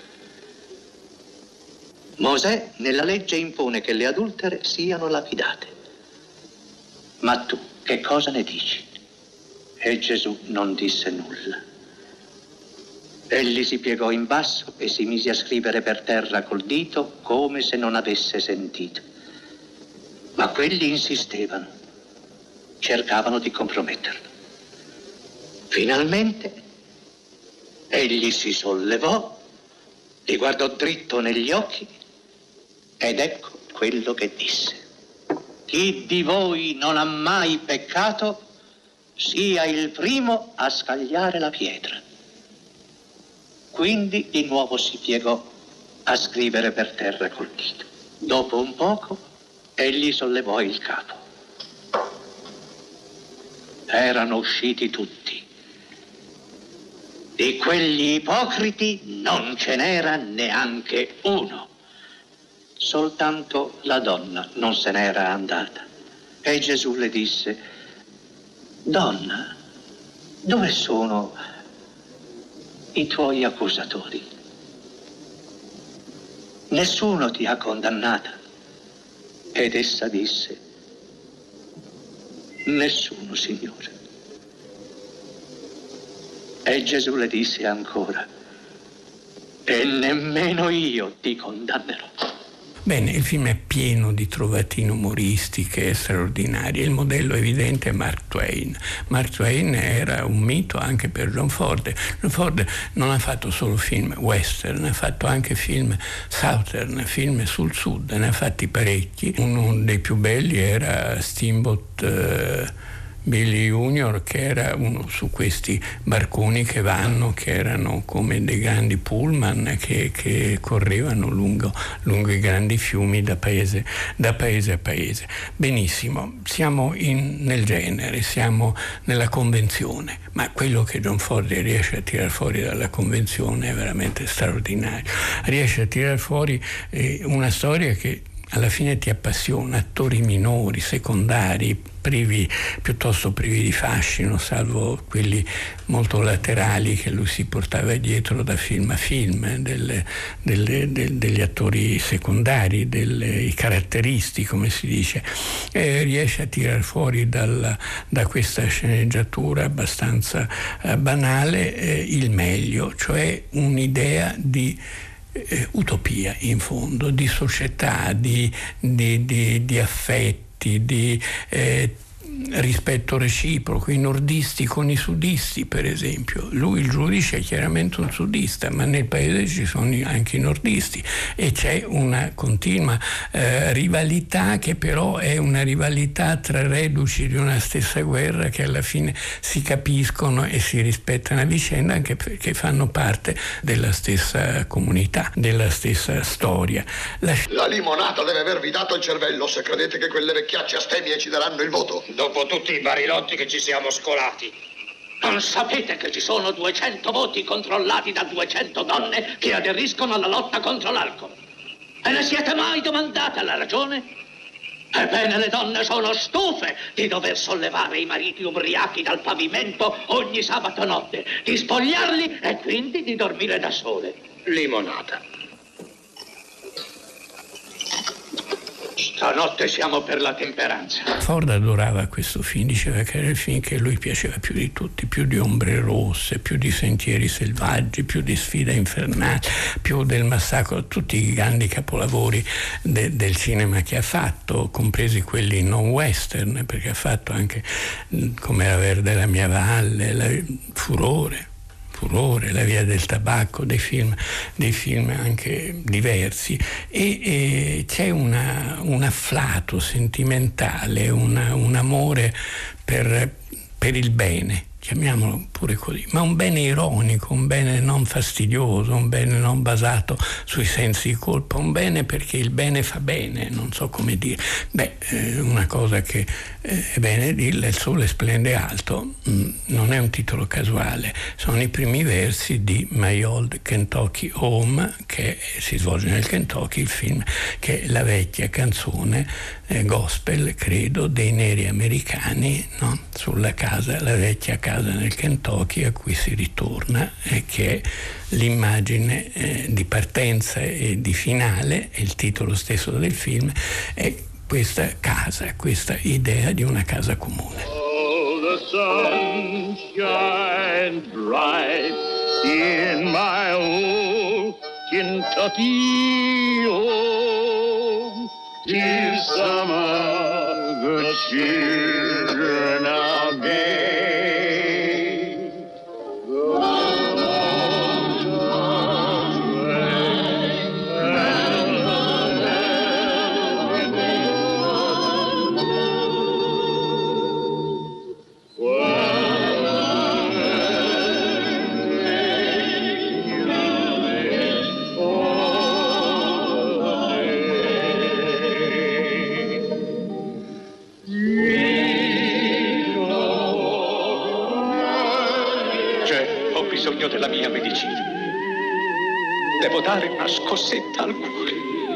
Mosè nella legge impone che le adultere siano lapidate. Ma tu che cosa ne dici? E Gesù non disse nulla. Egli si piegò in basso e si mise a scrivere per terra col dito come se non avesse sentito. Ma quelli insistevano, cercavano di comprometterlo. Finalmente egli si sollevò, li guardò dritto negli occhi ed ecco quello che disse: chi di voi non ha mai peccato sia il primo a scagliare la pietra. Quindi di nuovo si piegò a scrivere per terra col dito. Dopo un poco egli sollevò il capo. Erano usciti tutti. Di quegli ipocriti non ce n'era neanche uno. Soltanto la donna non se n'era andata. E Gesù le disse: Donna, dove sono i tuoi accusatori? Nessuno ti ha condannata. Ed essa disse: Nessuno, Signore. E Gesù le disse ancora: E nemmeno io ti condannerò. Bene, il film è pieno di trovatine umoristiche straordinarie. Il modello evidente è Mark Twain. Mark Twain era un mito anche per John Ford. John Ford non ha fatto solo film western, ha fatto anche film southern, film sul sud, ne ha fatti parecchi. Uno dei più belli era Steamboat eh, Billy Junior, che era uno su questi barconi che vanno, che erano come dei grandi pullman che, che correvano lungo, lungo i grandi fiumi da paese, da paese a paese. Benissimo, siamo in, nel genere, siamo nella convenzione, ma quello che John Ford riesce a tirar fuori dalla convenzione è veramente straordinario. Riesce a tirar fuori eh, una storia che alla fine ti appassiona, attori minori, secondari, privi, piuttosto privi di fascino, salvo quelli molto laterali che lui si portava dietro da film a film, eh, delle, delle, de, degli attori secondari, delle, i caratteristi, come si dice. E riesce a tirar fuori dal, da questa sceneggiatura abbastanza eh, banale eh, il meglio, cioè un'idea di Eh, utopia, in fondo, di società, di, di, di, di affetti, di eh, rispetto reciproco, i nordisti con i sudisti, per esempio. Lui, il giudice, è chiaramente un sudista, ma nel paese ci sono anche i nordisti e c'è una continua eh, rivalità, che però è una rivalità tra reduci di una stessa guerra, che alla fine si capiscono e si rispettano a vicenda, anche perché fanno parte della stessa comunità, della stessa storia. La, La limonata deve avervi dato il cervello se credete che quelle vecchiacce astemie ci daranno il voto. Dopo tutti i barilotti che ci siamo scolati. Non sapete che ci sono duecento voti controllati da duecento donne che aderiscono alla lotta contro l'alcol? E ne siete mai domandate la ragione? Ebbene, le donne sono stufe di dover sollevare i mariti ubriachi dal pavimento ogni sabato notte, di spogliarli e quindi di dormire da sole. Limonata. Stanotte siamo per la temperanza. Ford adorava questo film, diceva che era il film che a lui piaceva più di tutti, più di Ombre Rosse, più di Sentieri Selvaggi, più di Sfida Infernale, più del Massacro, tutti i grandi capolavori de- del cinema che ha fatto, compresi quelli non western, perché ha fatto anche Come era verde la mia valle, la... Furore. Furore, La via del tabacco, dei film, dei film anche diversi, e, e c'è una, un afflato sentimentale, una, un amore per, per il bene, chiamiamolo pure così, ma un bene ironico, un bene non fastidioso, un bene non basato sui sensi di colpa, un bene perché il bene fa bene, non so come dire. Beh, eh, una cosa che eh, è bene dirla: Il sole splende alto, mh, non è un titolo casuale, sono i primi versi di My Old Kentucky Home, che si svolge nel Kentucky, il film che è la vecchia canzone eh, gospel, credo, dei neri americani, no? Sulla casa, la vecchia casa nel Kentucky a cui si ritorna, e che è l'immagine eh, di partenza e di finale, e il titolo stesso del film è questa casa, questa idea di una casa comune. Oh, the sun shines bright in my old Kentucky home. 'Tis summer, the children are gay. Della mia medicina. Devo dare una scossetta al cuore.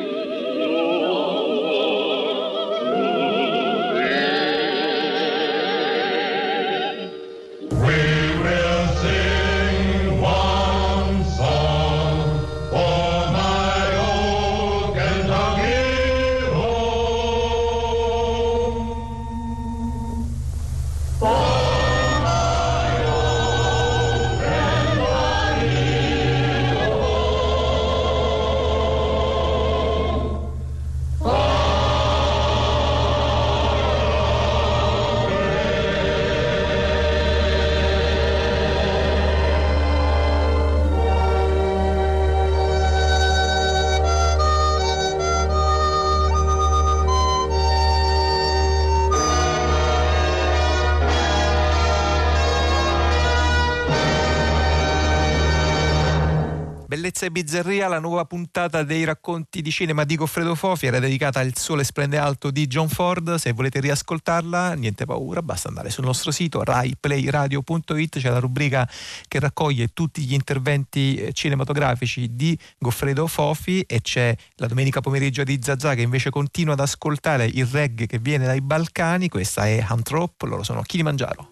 Bellezza e bizzarria, la nuova puntata dei racconti di cinema di Goffredo Fofi era dedicata al Sole splende alto di John Ford. Se volete riascoltarla, niente paura, basta andare sul nostro sito rai play radio punto it, c'è la rubrica che raccoglie tutti gli interventi cinematografici di Goffredo Fofi, e c'è la domenica pomeriggio di Zazà che invece continua ad ascoltare il reggae che viene dai Balcani. Questa è Antrop, loro sono Kilimangiaro.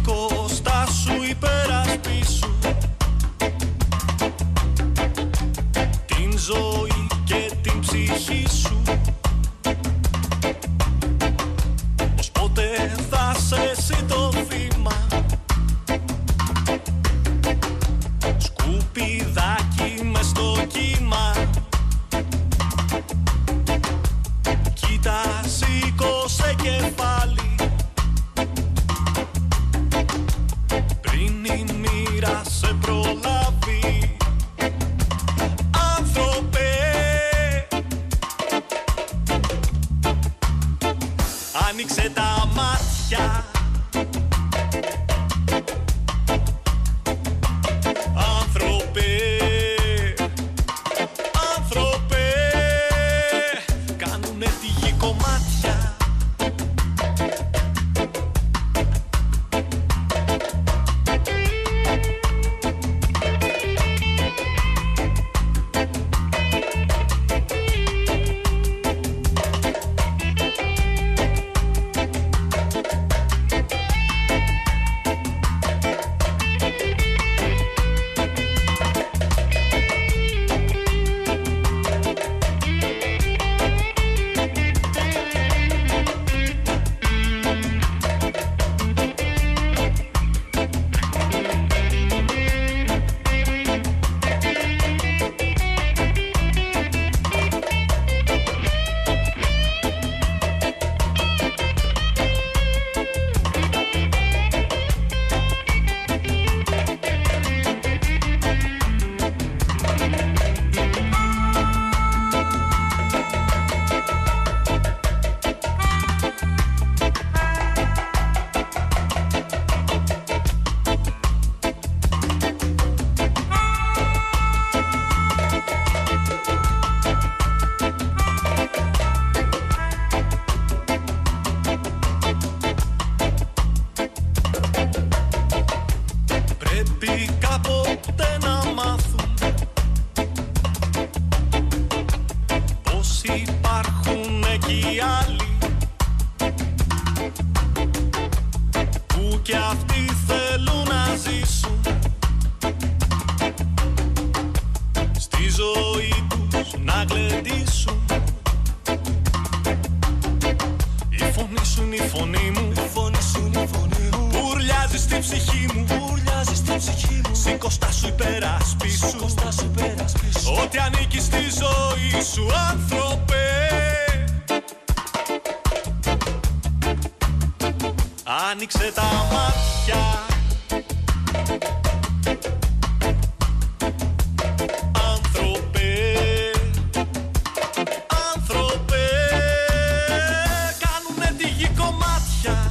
κοστά σου υπερασπίσου την ζωή και την ψυχή σου. Πως ποτέ θα σε εσύ το θύμα, σκουπιδάκι μες στο κύμα. Κοίτα, σήκωσε κεφάλι πριν η μοίρα σε προλάβει. Άνθρωπε, άνοιξε τα μάτια. Άνθρωπε, άνθρωπε, κάνουνε τη γη κομμάτια. Άνοιξε τα μάτια. Άνθρωπε, άνθρωπε, κάνουνε τη γη κομμάτια.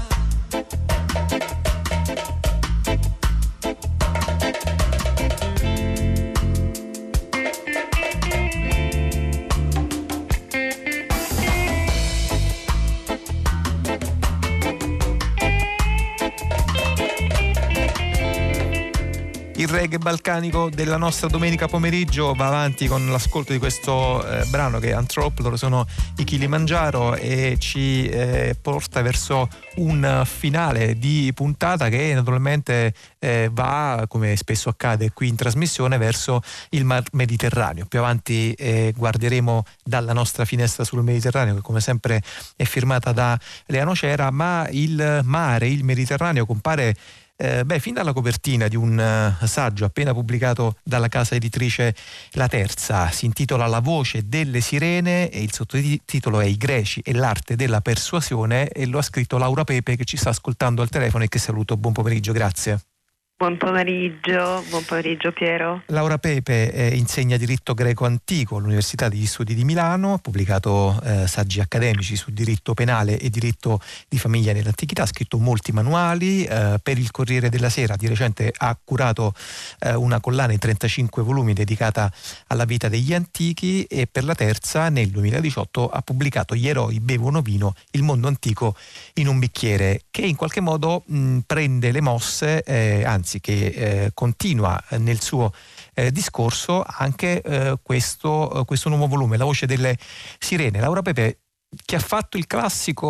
Il reggae balcanico della nostra domenica pomeriggio va avanti con l'ascolto di questo eh, brano che è Anthrop, loro sono i Kilimangiaro, e ci eh, porta verso un finale di puntata che naturalmente eh, va, come spesso accade qui in trasmissione, verso il Mar Mediterraneo. Più avanti eh, guarderemo dalla nostra finestra sul Mediterraneo, che come sempre è firmata da Lea Nocera, ma il mare, il Mediterraneo compare Eh, beh, fin dalla copertina di un uh, saggio appena pubblicato dalla casa editrice La Terza. Si intitola La voce delle sirene e il sottotitolo è I greci e l'arte della persuasione, e lo ha scritto Laura Pepe, che ci sta ascoltando al telefono e che saluto. Buon pomeriggio, grazie. Buon pomeriggio, buon pomeriggio Piero. Laura Pepe eh, insegna diritto greco antico all'Università degli Studi di Milano, ha pubblicato eh, saggi accademici su diritto penale e diritto di famiglia nell'antichità, ha scritto molti manuali, eh, per il Corriere della Sera di recente ha curato eh, una collana in trentacinque volumi dedicata alla vita degli antichi, e per La Terza nel duemiladiciotto ha pubblicato Gli eroi bevono vino, il mondo antico in un bicchiere, che in qualche modo mh, prende le mosse, eh, anzi che eh, continua nel suo eh, discorso anche eh, questo, questo nuovo volume, La voce delle sirene. Laura Pepe, che ha fatto il classico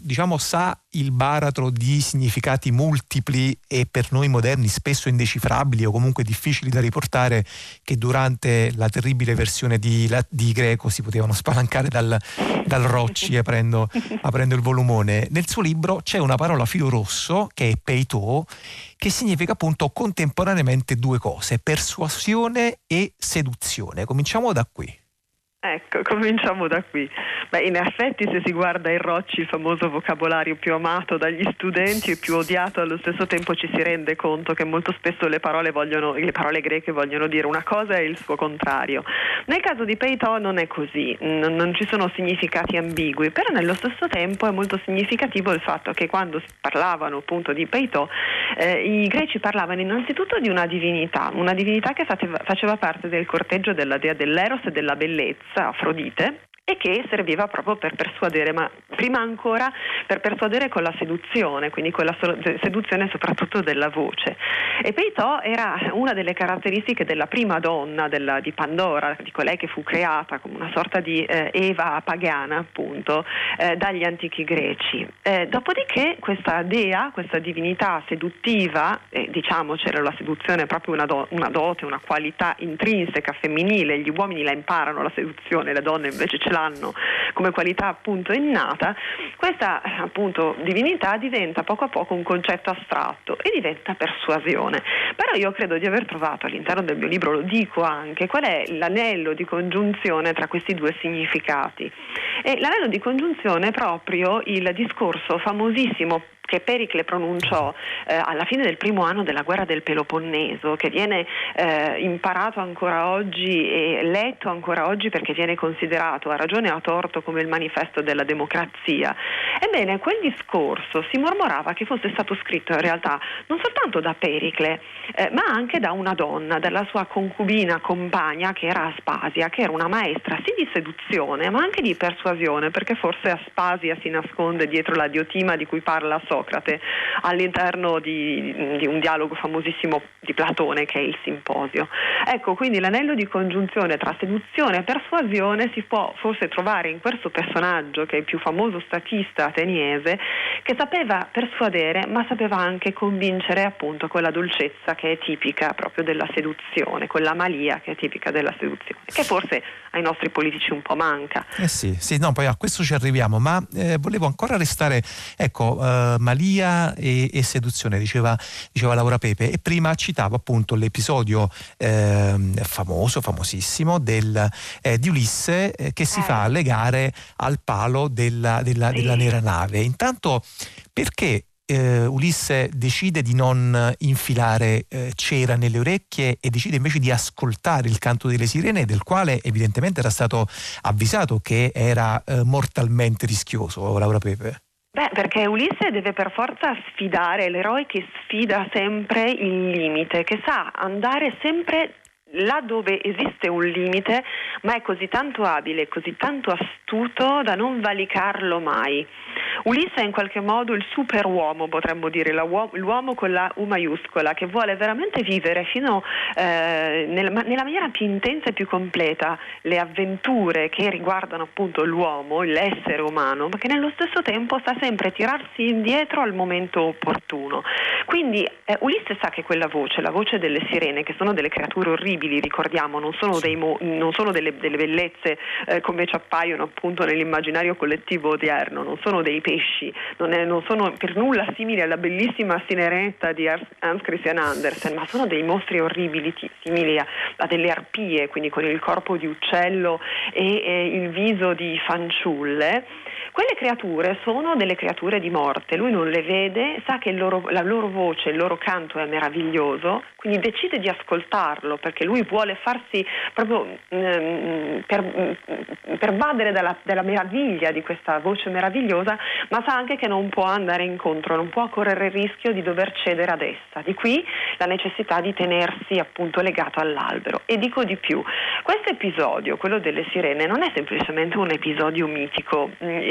diciamo sa il baratro di significati multipli e per noi moderni spesso indecifrabili o comunque difficili da riportare, che durante la terribile versione di, di greco si potevano spalancare dal, dal Rocci aprendo, aprendo il volumone. Nel suo libro c'è una parola filo rosso che è peitò, che significa appunto contemporaneamente due cose: persuasione e seduzione. Cominciamo da qui. Ecco, cominciamo da qui. Beh, in effetti, se si guarda il Rocci, il famoso vocabolario più amato dagli studenti e più odiato allo stesso tempo, ci si rende conto che molto spesso le parole vogliono, le parole greche vogliono dire una cosa e il suo contrario. Nel caso di peitò non è così, non, non ci sono significati ambigui, però nello stesso tempo è molto significativo il fatto che quando parlavano appunto di peitò, eh, i greci parlavano innanzitutto di una divinità, una divinità che faceva, faceva parte del corteggio della dea dell'Eros e della bellezza, Afrodite, e che serviva proprio per persuadere, ma prima ancora per persuadere con la seduzione, quindi con la seduzione soprattutto della voce. E Peitò era una delle caratteristiche della prima donna della, di Pandora, di colei che fu creata come una sorta di eh, Eva pagana, appunto, eh, dagli antichi greci. Eh, dopodiché questa dea, questa divinità seduttiva, eh, diciamo c'era la seduzione proprio una, do, una dote, una qualità intrinseca femminile, gli uomini la imparano la seduzione, le donne invece ce l'hanno come qualità appunto innata. Questa appunto divinità diventa poco a poco un concetto astratto e diventa persuasione. Però io credo di aver trovato all'interno del mio libro, lo dico anche, qual è l'anello di congiunzione tra questi due significati. E l'anello di congiunzione è proprio il discorso famosissimo che Pericle pronunciò eh, alla fine del primo anno della guerra del Peloponneso, che viene eh, imparato ancora oggi e letto ancora oggi perché viene considerato a ragione e a torto come il manifesto della democrazia. Ebbene, quel discorso si mormorava che fosse stato scritto in realtà non soltanto da Pericle, eh, ma anche da una donna, dalla sua concubina compagna che era Aspasia, che era una maestra sì di seduzione ma anche di persuasione, perché forse Aspasia si nasconde dietro la diotima di cui parla Socrate all'interno di, di un dialogo famosissimo di Platone che è il Simposio. Ecco, quindi l'anello di congiunzione tra seduzione e persuasione si può forse trovare in questo personaggio che è il più famoso statista ateniese, che sapeva persuadere ma sapeva anche convincere appunto con la dolcezza che è tipica proprio della seduzione, con la malia che è tipica della seduzione, che forse ai nostri politici un po' manca. Eh sì, sì, no, poi a questo ci arriviamo, ma eh, volevo ancora restare, ecco, eh, malia e, e seduzione, diceva, diceva Laura Pepe, e prima citava appunto l'episodio eh, famoso, famosissimo del, eh, di Ulisse eh, che si eh. fa legare al palo della, della, sì. della nera nave. Intanto, perché Uh, Ulisse decide di non infilare uh, cera nelle orecchie e decide invece di ascoltare il canto delle sirene, del quale evidentemente era stato avvisato che era uh, mortalmente rischioso, Laura Pepe? Beh, perché Ulisse deve per forza sfidare, l'eroe che sfida sempre il limite, che sa andare sempre là dove esiste un limite, ma è così tanto abile, così tanto astuto da non valicarlo mai. Ulisse è in qualche modo il superuomo, potremmo dire, l'uomo con la U maiuscola, che vuole veramente vivere fino eh, nella, nella maniera più intensa e più completa le avventure che riguardano appunto l'uomo, l'essere umano, ma che nello stesso tempo sa sempre tirarsi indietro al momento opportuno. Quindi eh, Ulisse sa che quella voce, la voce delle sirene, che sono delle creature orribili, ricordiamo, non sono, dei mo- non sono delle, delle bellezze eh, come ci appaiono appunto nell'immaginario collettivo odierno, non sono dei pesci, non, è, non sono per nulla simili alla bellissima Sirenetta di Hans Christian Andersen, ma sono dei mostri orribili simili a, a delle arpie, quindi con il corpo di uccello e, e il viso di fanciulle. Quelle creature sono delle creature di morte, lui non le vede, sa che il loro, la loro voce, il loro canto è meraviglioso, quindi decide di ascoltarlo perché lui vuole farsi proprio ehm, per, pervadere dalla, dalla meraviglia di questa voce meravigliosa, ma sa anche che non può andare incontro, non può correre il rischio di dover cedere ad essa. Di qui la necessità di tenersi appunto legato all'albero. E dico di più, questo episodio, quello delle sirene, non è semplicemente un episodio mitico. Il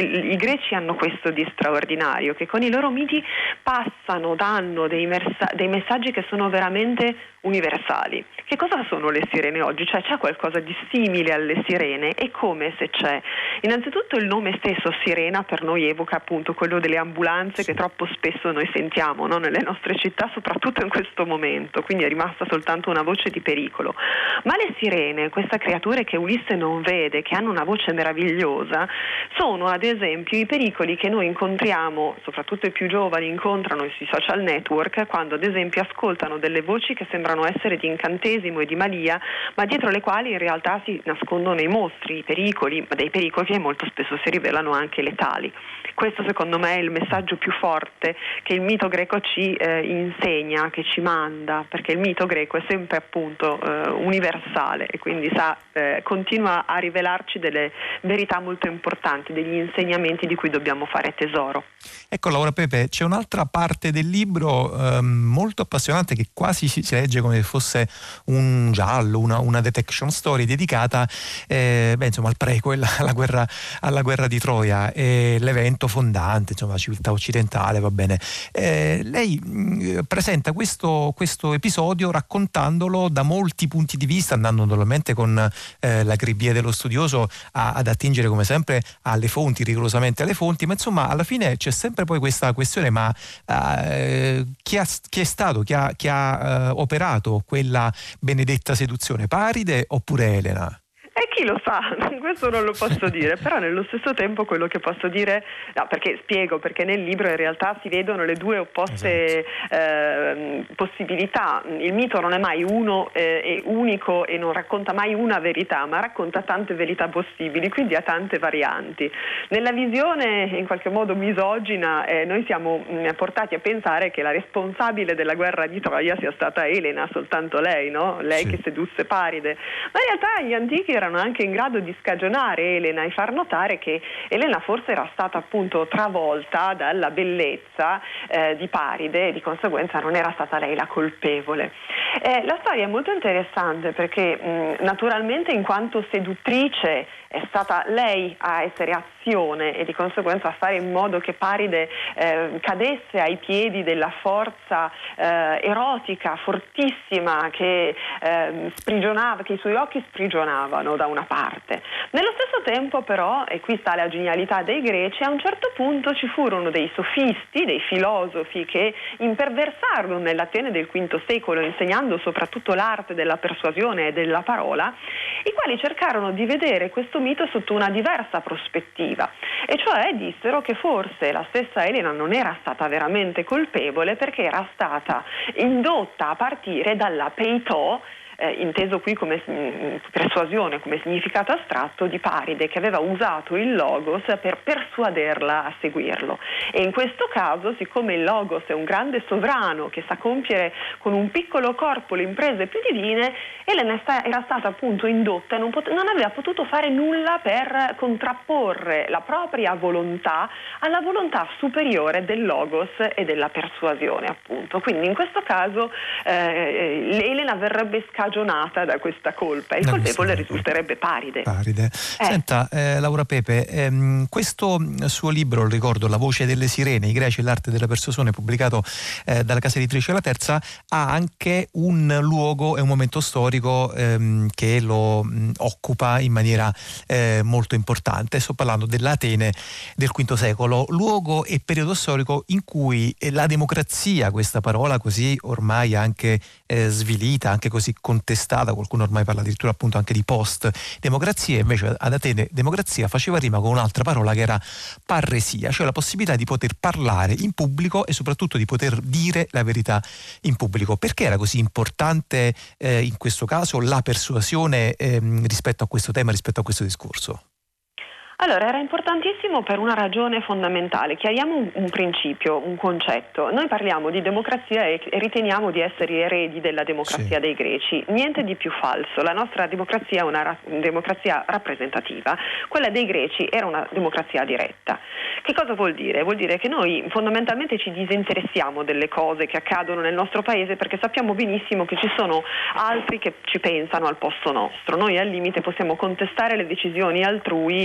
i, i greci hanno questo di straordinario, che con i loro miti passano, danno dei, mersa- dei messaggi che sono veramente universali. Che cosa sono le sirene oggi? Cioè c'è qualcosa di simile alle sirene? E come, se c'è? Innanzitutto il nome stesso sirena per noi evoca appunto quello delle ambulanze che troppo spesso noi sentiamo, no? Nelle nostre città, soprattutto in questo momento, quindi è rimasta soltanto una voce di pericolo. Ma le sirene, queste creature che Ulisse non vede, che hanno una voce meravigliosa, sono ad esempio i pericoli che noi incontriamo, soprattutto i più giovani incontrano sui social network, quando ad esempio ascoltano delle voci che sembrano essere di incantesimo e di malia, ma dietro le quali in realtà si nascondono i mostri, i pericoli, ma dei pericoli che molto spesso si rivelano anche letali. Questo secondo me è il messaggio più forte che il mito greco ci eh, insegna, che ci manda, perché il mito greco è sempre appunto eh, universale e quindi sa, eh, continua a rivelarci delle verità molto importanti, degli insegnamenti di cui dobbiamo fare tesoro. Ecco Laura Pepe, c'è un'altra parte del libro eh, molto appassionante che quasi si legge come se fosse un giallo, una, una detection story dedicata eh, beh, insomma, al prequel, alla guerra, alla guerra di Troia, eh, l'evento fondante, insomma, la civiltà occidentale, va bene. Eh, lei mh, presenta questo, questo episodio raccontandolo da molti punti di vista, andando naturalmente con eh, l'acribia dello studioso a, ad attingere come sempre alle fonti, rigorosamente alle fonti, ma insomma alla fine c'è sempre poi questa questione, ma eh, chi, ha, chi è stato, chi ha, chi ha eh, operato quella benedetta seduzione, Paride oppure Elena? E chi lo sa, questo non lo posso dire, però nello stesso tempo quello che posso dire, no, perché spiego, perché nel libro in realtà si vedono le due opposte esatto. eh, possibilità. Il mito non è mai uno eh, e unico e non racconta mai una verità, ma racconta tante verità possibili, quindi ha tante varianti. Nella visione in qualche modo misogina eh, noi siamo mh, portati a pensare che la responsabile della guerra di Troia sia stata Elena, soltanto lei, no? Lei sì. che sedusse Paride, ma in realtà gli antichi erano anche in grado di scagionare Elena e far notare che Elena forse era stata appunto travolta dalla bellezza eh, di Paride e di conseguenza non era stata lei la colpevole. Eh, la storia è molto interessante perché mh, naturalmente in quanto seduttrice è stata lei a essere azione e di conseguenza a fare in modo che Paride eh, cadesse ai piedi della forza eh, erotica fortissima che eh, sprigionava, che i suoi occhi sprigionavano da una parte. Nello stesso tempo però, e qui sta la genialità dei greci, a un certo punto ci furono dei sofisti, dei filosofi che imperversarono nell'Atene del quinto secolo, insegnando soprattutto l'arte della persuasione e della parola, i quali cercarono di vedere questo mito sotto una diversa prospettiva, e cioè dissero che forse la stessa Elena non era stata veramente colpevole perché era stata indotta a partire dalla peitò, Eh, inteso qui come mh, persuasione, come significato astratto, di Paride, che aveva usato il logos per persuaderla a seguirlo. E in questo caso, siccome il logos è un grande sovrano che sa compiere con un piccolo corpo le imprese più divine, Elena era stata appunto indotta e non, pot- non aveva potuto fare nulla per contrapporre la propria volontà alla volontà superiore del logos e della persuasione, appunto. Quindi in questo caso eh, Elena verrebbe scagionata da questa colpa e il colpevole risulterebbe Paride. Paride. Eh. Senta, eh, Laura Pepe, ehm, questo suo libro, ricordo, La voce delle sirene, i greci e l'arte della persuasione, pubblicato eh, dalla casa editrice La Terza, ha anche un luogo e un momento storico ehm, che lo mh, occupa in maniera eh, molto importante. Sto parlando dell'Atene del quinto secolo, luogo e periodo storico in cui la democrazia, questa parola così ormai anche eh, svilita, anche così contestata, qualcuno ormai parla addirittura appunto anche di post-democrazia, invece ad Atene democrazia faceva rima con un'altra parola che era parresia, cioè la possibilità di poter parlare in pubblico e soprattutto di poter dire la verità in pubblico. Perché era così importante eh, in questo caso la persuasione eh, rispetto a questo tema, rispetto a questo discorso? Allora, era importantissimo per una ragione fondamentale. Chiariamo un, un principio, un concetto. Noi parliamo di democrazia e, e riteniamo di essere eredi della democrazia sì. dei greci. Niente di più falso. La nostra democrazia è una ra- democrazia rappresentativa. Quella dei greci era una democrazia diretta. Che cosa vuol dire? Vuol dire che noi fondamentalmente ci disinteressiamo delle cose che accadono nel nostro paese perché sappiamo benissimo che ci sono altri che ci pensano al posto nostro. Noi al limite possiamo contestare le decisioni altrui e possiamo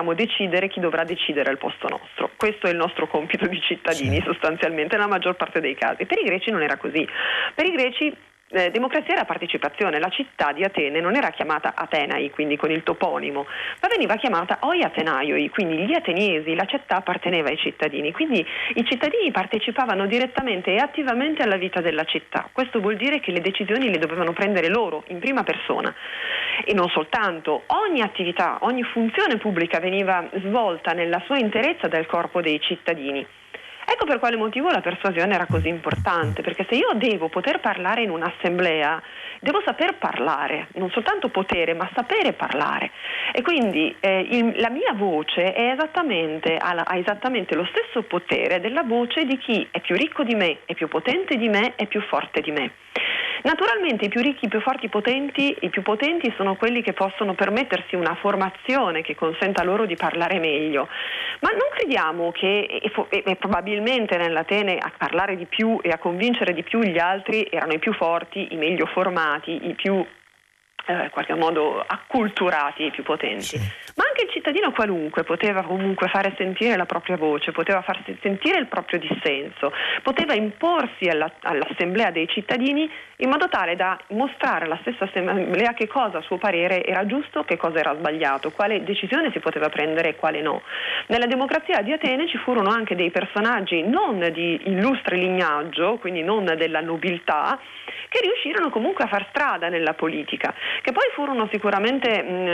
dobbiamo decidere chi dovrà decidere al posto nostro. Questo è il nostro compito di cittadini, sì, sostanzialmente nella maggior parte dei casi. Per i greci non era così. Per i greci Eh, democrazia era partecipazione. La città di Atene non era chiamata Atenai, quindi con il toponimo, ma veniva chiamata Oi Atenaioi, quindi gli ateniesi. La città apparteneva ai cittadini, quindi i cittadini partecipavano direttamente e attivamente alla vita della città. Questo vuol dire che le decisioni le dovevano prendere loro in prima persona, e non soltanto. Ogni attività, ogni funzione pubblica veniva svolta nella sua interezza dal corpo dei cittadini. Ecco per quale motivo la persuasione era così importante, perché se io devo poter parlare in un'assemblea, devo saper parlare, non soltanto potere, ma sapere parlare. E quindi eh, il, la mia voce è esattamente, ha, ha esattamente lo stesso potere della voce di chi è più ricco di me, è più potente di me, è più forte di me. Naturalmente i più ricchi, i più forti, i potenti, i più potenti sono quelli che possono permettersi una formazione che consenta loro di parlare meglio, ma non crediamo che e, e, e probabilmente nell'Atene a parlare di più e a convincere di più gli altri erano i più forti, i meglio formati, i più eh, in qualche modo acculturati, i più potenti. Sì. Ma anche il cittadino qualunque poteva comunque fare sentire la propria voce, poteva far sentire il proprio dissenso, poteva imporsi alla, all'assemblea dei cittadini in modo tale da mostrare alla stessa assemblea che cosa a suo parere era giusto, che cosa era sbagliato, quale decisione si poteva prendere e quale no. Nella democrazia di Atene ci furono anche dei personaggi non di illustre lignaggio, quindi non della nobiltà, che riuscirono comunque a far strada nella politica, che poi furono sicuramente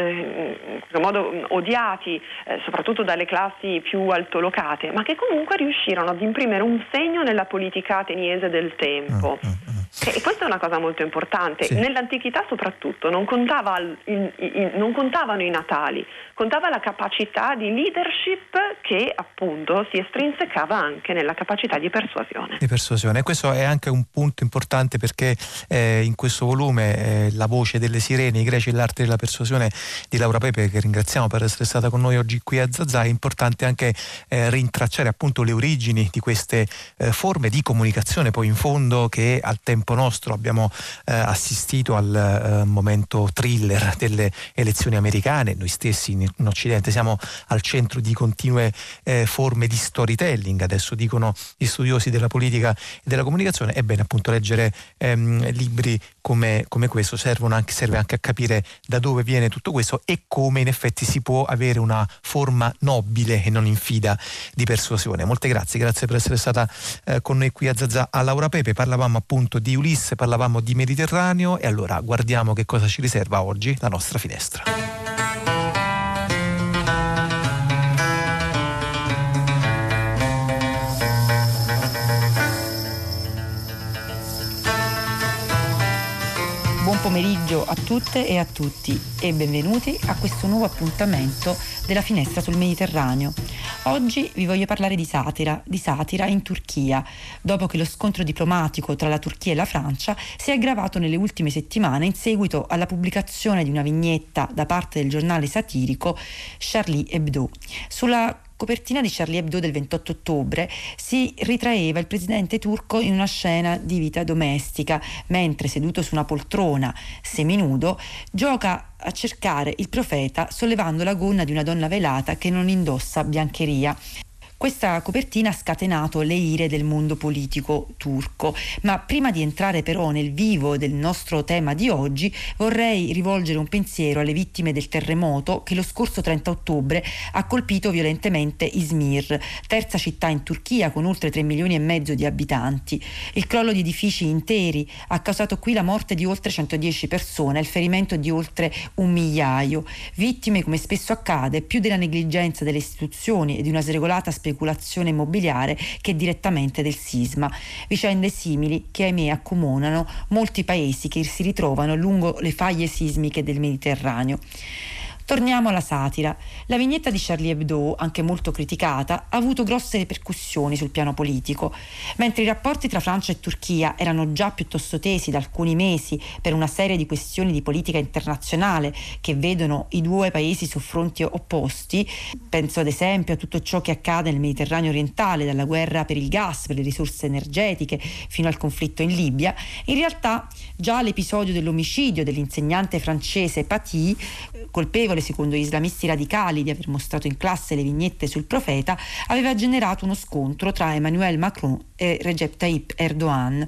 in qualche modo odiati eh, soprattutto dalle classi più altolocate, ma che comunque riuscirono ad imprimere un segno nella politica ateniese del tempo. Mm, mm, mm. E questa è una cosa molto importante. Sì. Nell'antichità soprattutto non, contava il, il, il, non contavano i natali, contava la capacità di leadership che appunto si estrinsecava anche nella capacità di persuasione. Di persuasione. E questo è anche un punto importante perché eh, in questo volume eh, La voce delle sirene, i greci e l'arte della persuasione di Laura Pepe, che ringraziamo per essere stata con noi oggi qui a Zazà, è importante anche eh, rintracciare appunto le origini di queste eh, forme di comunicazione, poi in fondo che al tempo nostro abbiamo eh, assistito al eh, momento thriller delle elezioni americane. Noi stessi in, in Occidente siamo al centro di continue eh, forme di storytelling, adesso dicono gli studiosi della politica e della comunicazione. Ebbene, appunto, leggere ehm, libri come, come questo servono anche, serve anche a capire da dove viene tutto questo e come in effetti si può avere una forma nobile e non infida di persuasione. Molte grazie, grazie per essere stata eh, con noi qui a Zazà. A Laura Pepe parlavamo appunto di Ulisse, parlavamo di Mediterraneo, e allora guardiamo che cosa ci riserva oggi la nostra finestra. Buon pomeriggio a tutte e a tutti e benvenuti a questo nuovo appuntamento della finestra sul Mediterraneo. Oggi vi voglio parlare di satira, di satira in Turchia, dopo che lo scontro diplomatico tra la Turchia e la Francia si è aggravato nelle ultime settimane in seguito alla pubblicazione di una vignetta da parte del giornale satirico Charlie Hebdo. Sulla copertina di Charlie Hebdo del ventotto ottobre si ritraeva il presidente turco in una scena di vita domestica, mentre seduto su una poltrona seminudo gioca a cercare il profeta sollevando la gonna di una donna velata che non indossa biancheria. Questa copertina ha scatenato le ire del mondo politico turco, ma prima di entrare però nel vivo del nostro tema di oggi vorrei rivolgere un pensiero alle vittime del terremoto che lo scorso trenta ottobre ha colpito violentemente Izmir, terza città in Turchia con oltre tre milioni e mezzo di abitanti. Il crollo di edifici interi ha causato qui la morte di oltre centodieci persone e il ferimento di oltre un migliaio. Vittime, come spesso accade, più della negligenza delle istituzioni e di una sregolata speculazione speculazione immobiliare che direttamente del sisma. Vicende simili che ahimè accomunano molti paesi che si ritrovano lungo le faglie sismiche del Mediterraneo. Torniamo alla satira. La vignetta di Charlie Hebdo, anche molto criticata, ha avuto grosse ripercussioni sul piano politico. Mentre i rapporti tra Francia e Turchia erano già piuttosto tesi da alcuni mesi per una serie di questioni di politica internazionale che vedono i due paesi su fronti opposti, penso ad esempio a tutto ciò che accade nel Mediterraneo orientale, dalla guerra per il gas, per le risorse energetiche, fino al conflitto in Libia, in realtà già l'episodio dell'omicidio dell'insegnante francese Paty, colpevole colpevole secondo gli islamisti radicali di aver mostrato in classe le vignette sul profeta, aveva generato uno scontro tra Emmanuel Macron e Recep Tayyip Erdogan.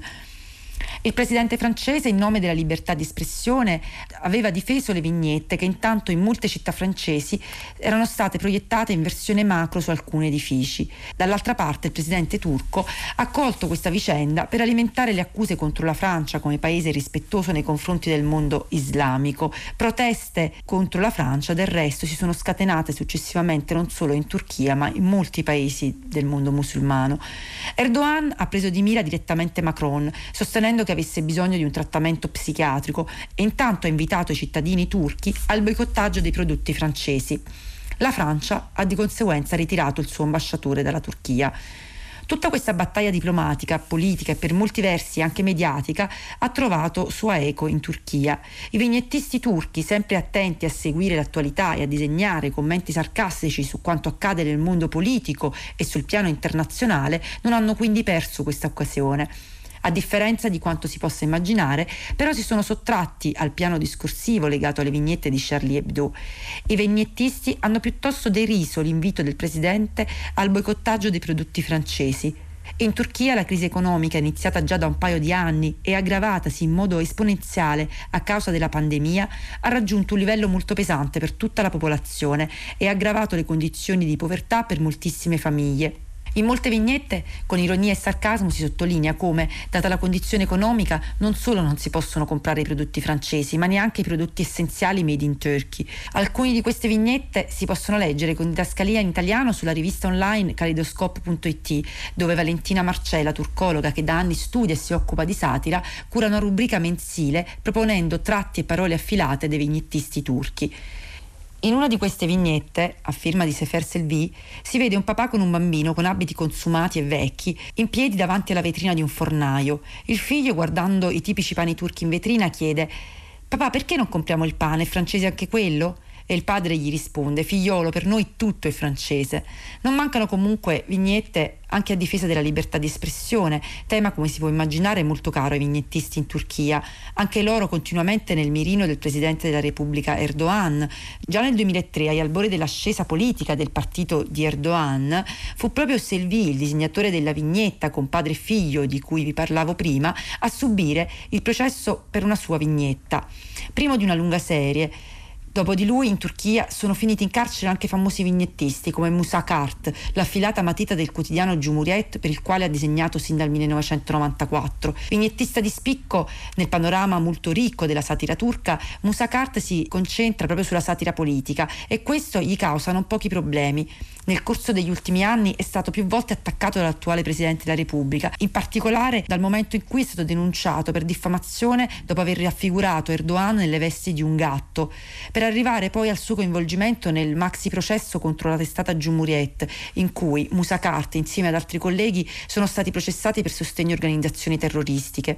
Il presidente francese, in nome della libertà di espressione, aveva difeso le vignette che intanto in molte città francesi erano state proiettate in versione macro su alcuni edifici. Dall'altra parte il presidente turco ha colto questa vicenda per alimentare le accuse contro la Francia come paese rispettoso nei confronti del mondo islamico. Proteste contro la Francia del resto si sono scatenate successivamente non solo in Turchia ma in molti paesi del mondo musulmano. Erdogan ha preso di mira direttamente Macron, sostenendo che avesse bisogno di un trattamento psichiatrico, e intanto ha invitato i cittadini turchi al boicottaggio dei prodotti francesi. La Francia ha di conseguenza ritirato il suo ambasciatore dalla Turchia. Tutta questa battaglia diplomatica, politica e per molti versi anche mediatica ha trovato sua eco in Turchia. I vignettisti turchi, sempre attenti a seguire l'attualità e a disegnare commenti sarcastici su quanto accade nel mondo politico e sul piano internazionale, non hanno quindi perso questa occasione. A differenza di quanto si possa immaginare, però si sono sottratti al piano discorsivo legato alle vignette di Charlie Hebdo. I vignettisti hanno piuttosto deriso l'invito del presidente al boicottaggio dei prodotti francesi. In Turchia la crisi economica, iniziata già da un paio di anni e aggravatasi in modo esponenziale a causa della pandemia, ha raggiunto un livello molto pesante per tutta la popolazione e ha aggravato le condizioni di povertà per moltissime famiglie. In molte vignette, con ironia e sarcasmo, si sottolinea come, data la condizione economica, non solo non si possono comprare i prodotti francesi, ma neanche i prodotti essenziali made in Turkey. Alcune di queste vignette si possono leggere con didascalia in italiano sulla rivista online Kaleidoscope punto it, dove Valentina Marcella, turcologa che da anni studia e si occupa di satira, cura una rubrica mensile proponendo tratti e parole affilate dei vignettisti turchi. In una di queste vignette, a firma di Sefer Selvi, si vede un papà con un bambino con abiti consumati e vecchi, in piedi davanti alla vetrina di un fornaio. Il figlio, guardando i tipici pani turchi in vetrina, chiede: «Papà, perché non compriamo il pane? È francese anche quello?» E il padre gli risponde: «Figliolo, per noi tutto è francese». Non mancano comunque vignette anche a difesa della libertà di espressione, tema, come si può immaginare, molto caro ai vignettisti in Turchia, anche loro continuamente nel mirino del presidente della Repubblica Erdogan. Già nel duemilatré, agli albori dell'ascesa politica del partito di Erdogan, fu proprio Selvi, il disegnatore della vignetta con padre e figlio di cui vi parlavo prima, a subire il processo per una sua vignetta, primo di una lunga serie. Dopo di lui in Turchia sono finiti in carcere anche famosi vignettisti come Musa Kart, l'affilata matita del quotidiano Cumhuriyet, per il quale ha disegnato sin dal millenovecentonovantaquattro. Vignettista di spicco nel panorama molto ricco della satira turca, Musa Kart si concentra proprio sulla satira politica e questo gli causa non pochi problemi. Nel corso degli ultimi anni è stato più volte attaccato dall'attuale Presidente della Repubblica, in particolare dal momento in cui è stato denunciato per diffamazione dopo aver raffigurato Erdogan nelle vesti di un gatto, per arrivare poi al suo coinvolgimento nel maxi processo contro la testata Cumhuriyet, in cui Musa Kart insieme ad altri colleghi sono stati processati per sostegno a organizzazioni terroristiche.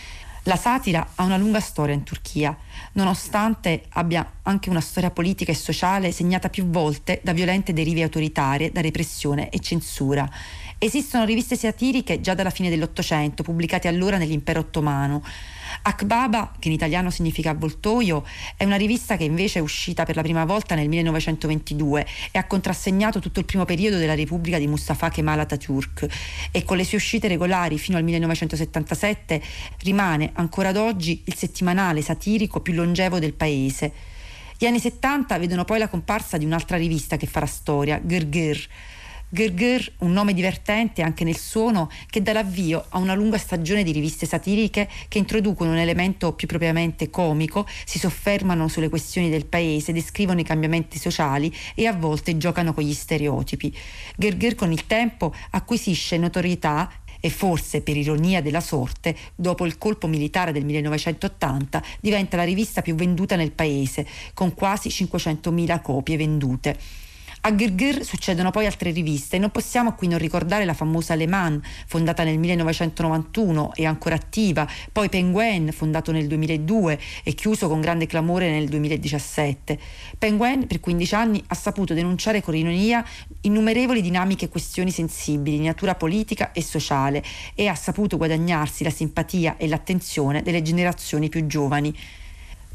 La satira ha una lunga storia in Turchia, nonostante abbia anche una storia politica e sociale segnata più volte da violente derive autoritarie, da repressione e censura. Esistono riviste satiriche già dalla fine dell'Ottocento, pubblicate allora nell'impero ottomano. Akbaba, che in italiano significa avvoltoio, è una rivista che invece è uscita per la prima volta nel millenovecentoventidue e ha contrassegnato tutto il primo periodo della Repubblica di Mustafa Kemal Atatürk, e con le sue uscite regolari fino al millenovecentosettantasette rimane ancora ad oggi il settimanale satirico più longevo del paese. Gli anni settanta vedono poi la comparsa di un'altra rivista che farà storia, Gırgır. Gırgır, un nome divertente anche nel suono, che dà l'avvio a una lunga stagione di riviste satiriche che introducono un elemento più propriamente comico, si soffermano sulle questioni del paese, descrivono i cambiamenti sociali e a volte giocano con gli stereotipi. Gırgır con il tempo acquisisce notorietà e forse, per ironia della sorte, dopo il colpo militare del millenovecentottanta, diventa la rivista più venduta nel paese, con quasi cinquecentomila copie vendute. A Gırgır succedono poi altre riviste e non possiamo qui non ricordare la famosa Leman, fondata nel millenovecentonovantuno e ancora attiva, poi Penguin, fondato nel duemiladue e chiuso con grande clamore nel duemiladiciassette. Penguin per quindici anni ha saputo denunciare con ironia innumerevoli dinamiche e questioni sensibili di natura politica e sociale e ha saputo guadagnarsi la simpatia e l'attenzione delle generazioni più giovani.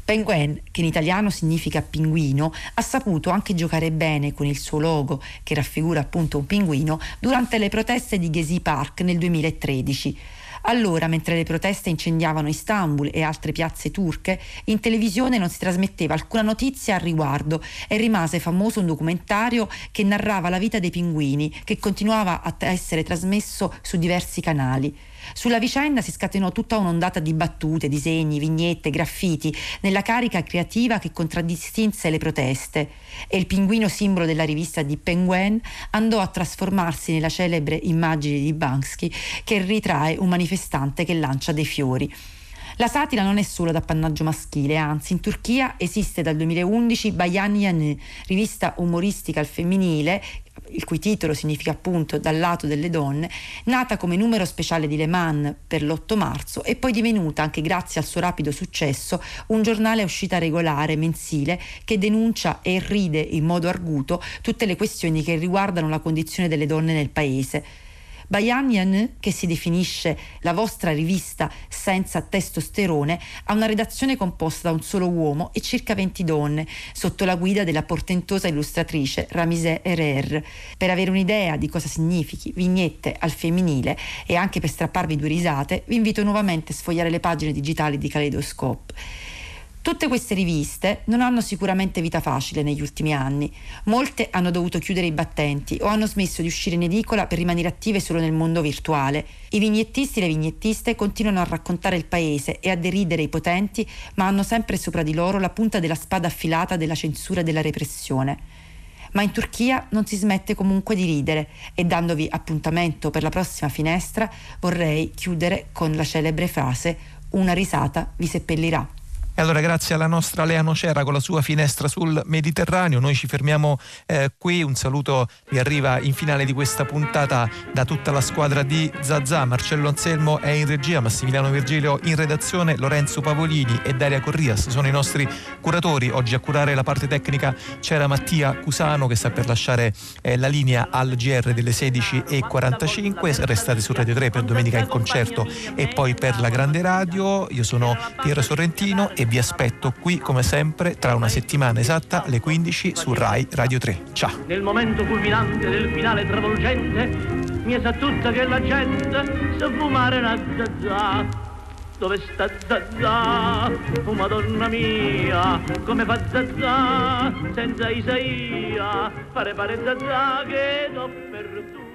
Penguin, che in italiano significa pinguino, ha saputo anche giocare bene con il suo logo, che raffigura appunto un pinguino, durante le proteste di Gezi Park nel duemilatredici. Allora, mentre le proteste incendiavano Istanbul e altre piazze turche, in televisione non si trasmetteva alcuna notizia al riguardo e rimase famoso un documentario che narrava la vita dei pinguini, che continuava a essere trasmesso su diversi canali. Sulla vicenda si scatenò tutta un'ondata di battute, disegni, vignette, graffiti, nella carica creativa che contraddistinse le proteste, e il pinguino simbolo della rivista di Penguin andò a trasformarsi nella celebre immagine di Banksy che ritrae un manifestante che lancia dei fiori. La satira non è solo d'appannaggio maschile, anzi in Turchia esiste dal duemilaundici Bayan Yanı, rivista umoristica al femminile, il cui titolo significa appunto Dal lato delle donne, nata come numero speciale di Le Mans per l'otto marzo e poi divenuta, anche grazie al suo rapido successo, un giornale a uscita regolare, mensile, che denuncia e ride in modo arguto tutte le questioni che riguardano la condizione delle donne nel paese. Bayan Yanı, che si definisce la vostra rivista senza testosterone, ha una redazione composta da un solo uomo e circa venti donne, sotto la guida della portentosa illustratrice Ramize Erer. Per avere un'idea di cosa significhi vignette al femminile e anche per strapparvi due risate, vi invito nuovamente a sfogliare le pagine digitali di Kaleidoscope. Tutte queste riviste non hanno sicuramente vita facile negli ultimi anni. Molte hanno dovuto chiudere i battenti o hanno smesso di uscire in edicola per rimanere attive solo nel mondo virtuale. I vignettisti e le vignettiste continuano a raccontare il paese e a deridere i potenti, ma hanno sempre sopra di loro la punta della spada affilata della censura e della repressione. Ma in Turchia non si smette comunque di ridere, e dandovi appuntamento per la prossima finestra vorrei chiudere con la celebre frase: una risata vi seppellirà. E allora, grazie alla nostra Lea Nocera con la sua finestra sul Mediterraneo, noi ci fermiamo eh, qui. Un saluto vi arriva in finale di questa puntata da tutta la squadra di Zazà. Marcello Anselmo è in regia, Massimiliano Virgilio in redazione, Lorenzo Pavolini e Daria Corrias sono i nostri curatori. Oggi a curare la parte tecnica c'era Mattia Cusano, che sta per lasciare eh, la linea al G R delle sedici e quarantacinque. Restate su Radio tre per Domenica in Concerto e poi per la Grande Radio. Io sono Piero Sorrentino e vi aspetto qui come sempre tra una settimana esatta alle quindici su Rai Radio tre. Ciao. Nel momento culminante del finale travolgente mi sa tutta che la gente sa fumare la Zazà. Dove sta Zazà? Oh Madonna mia, come fa Zazà senza Isaia? Fare fare Zazà che do per tu.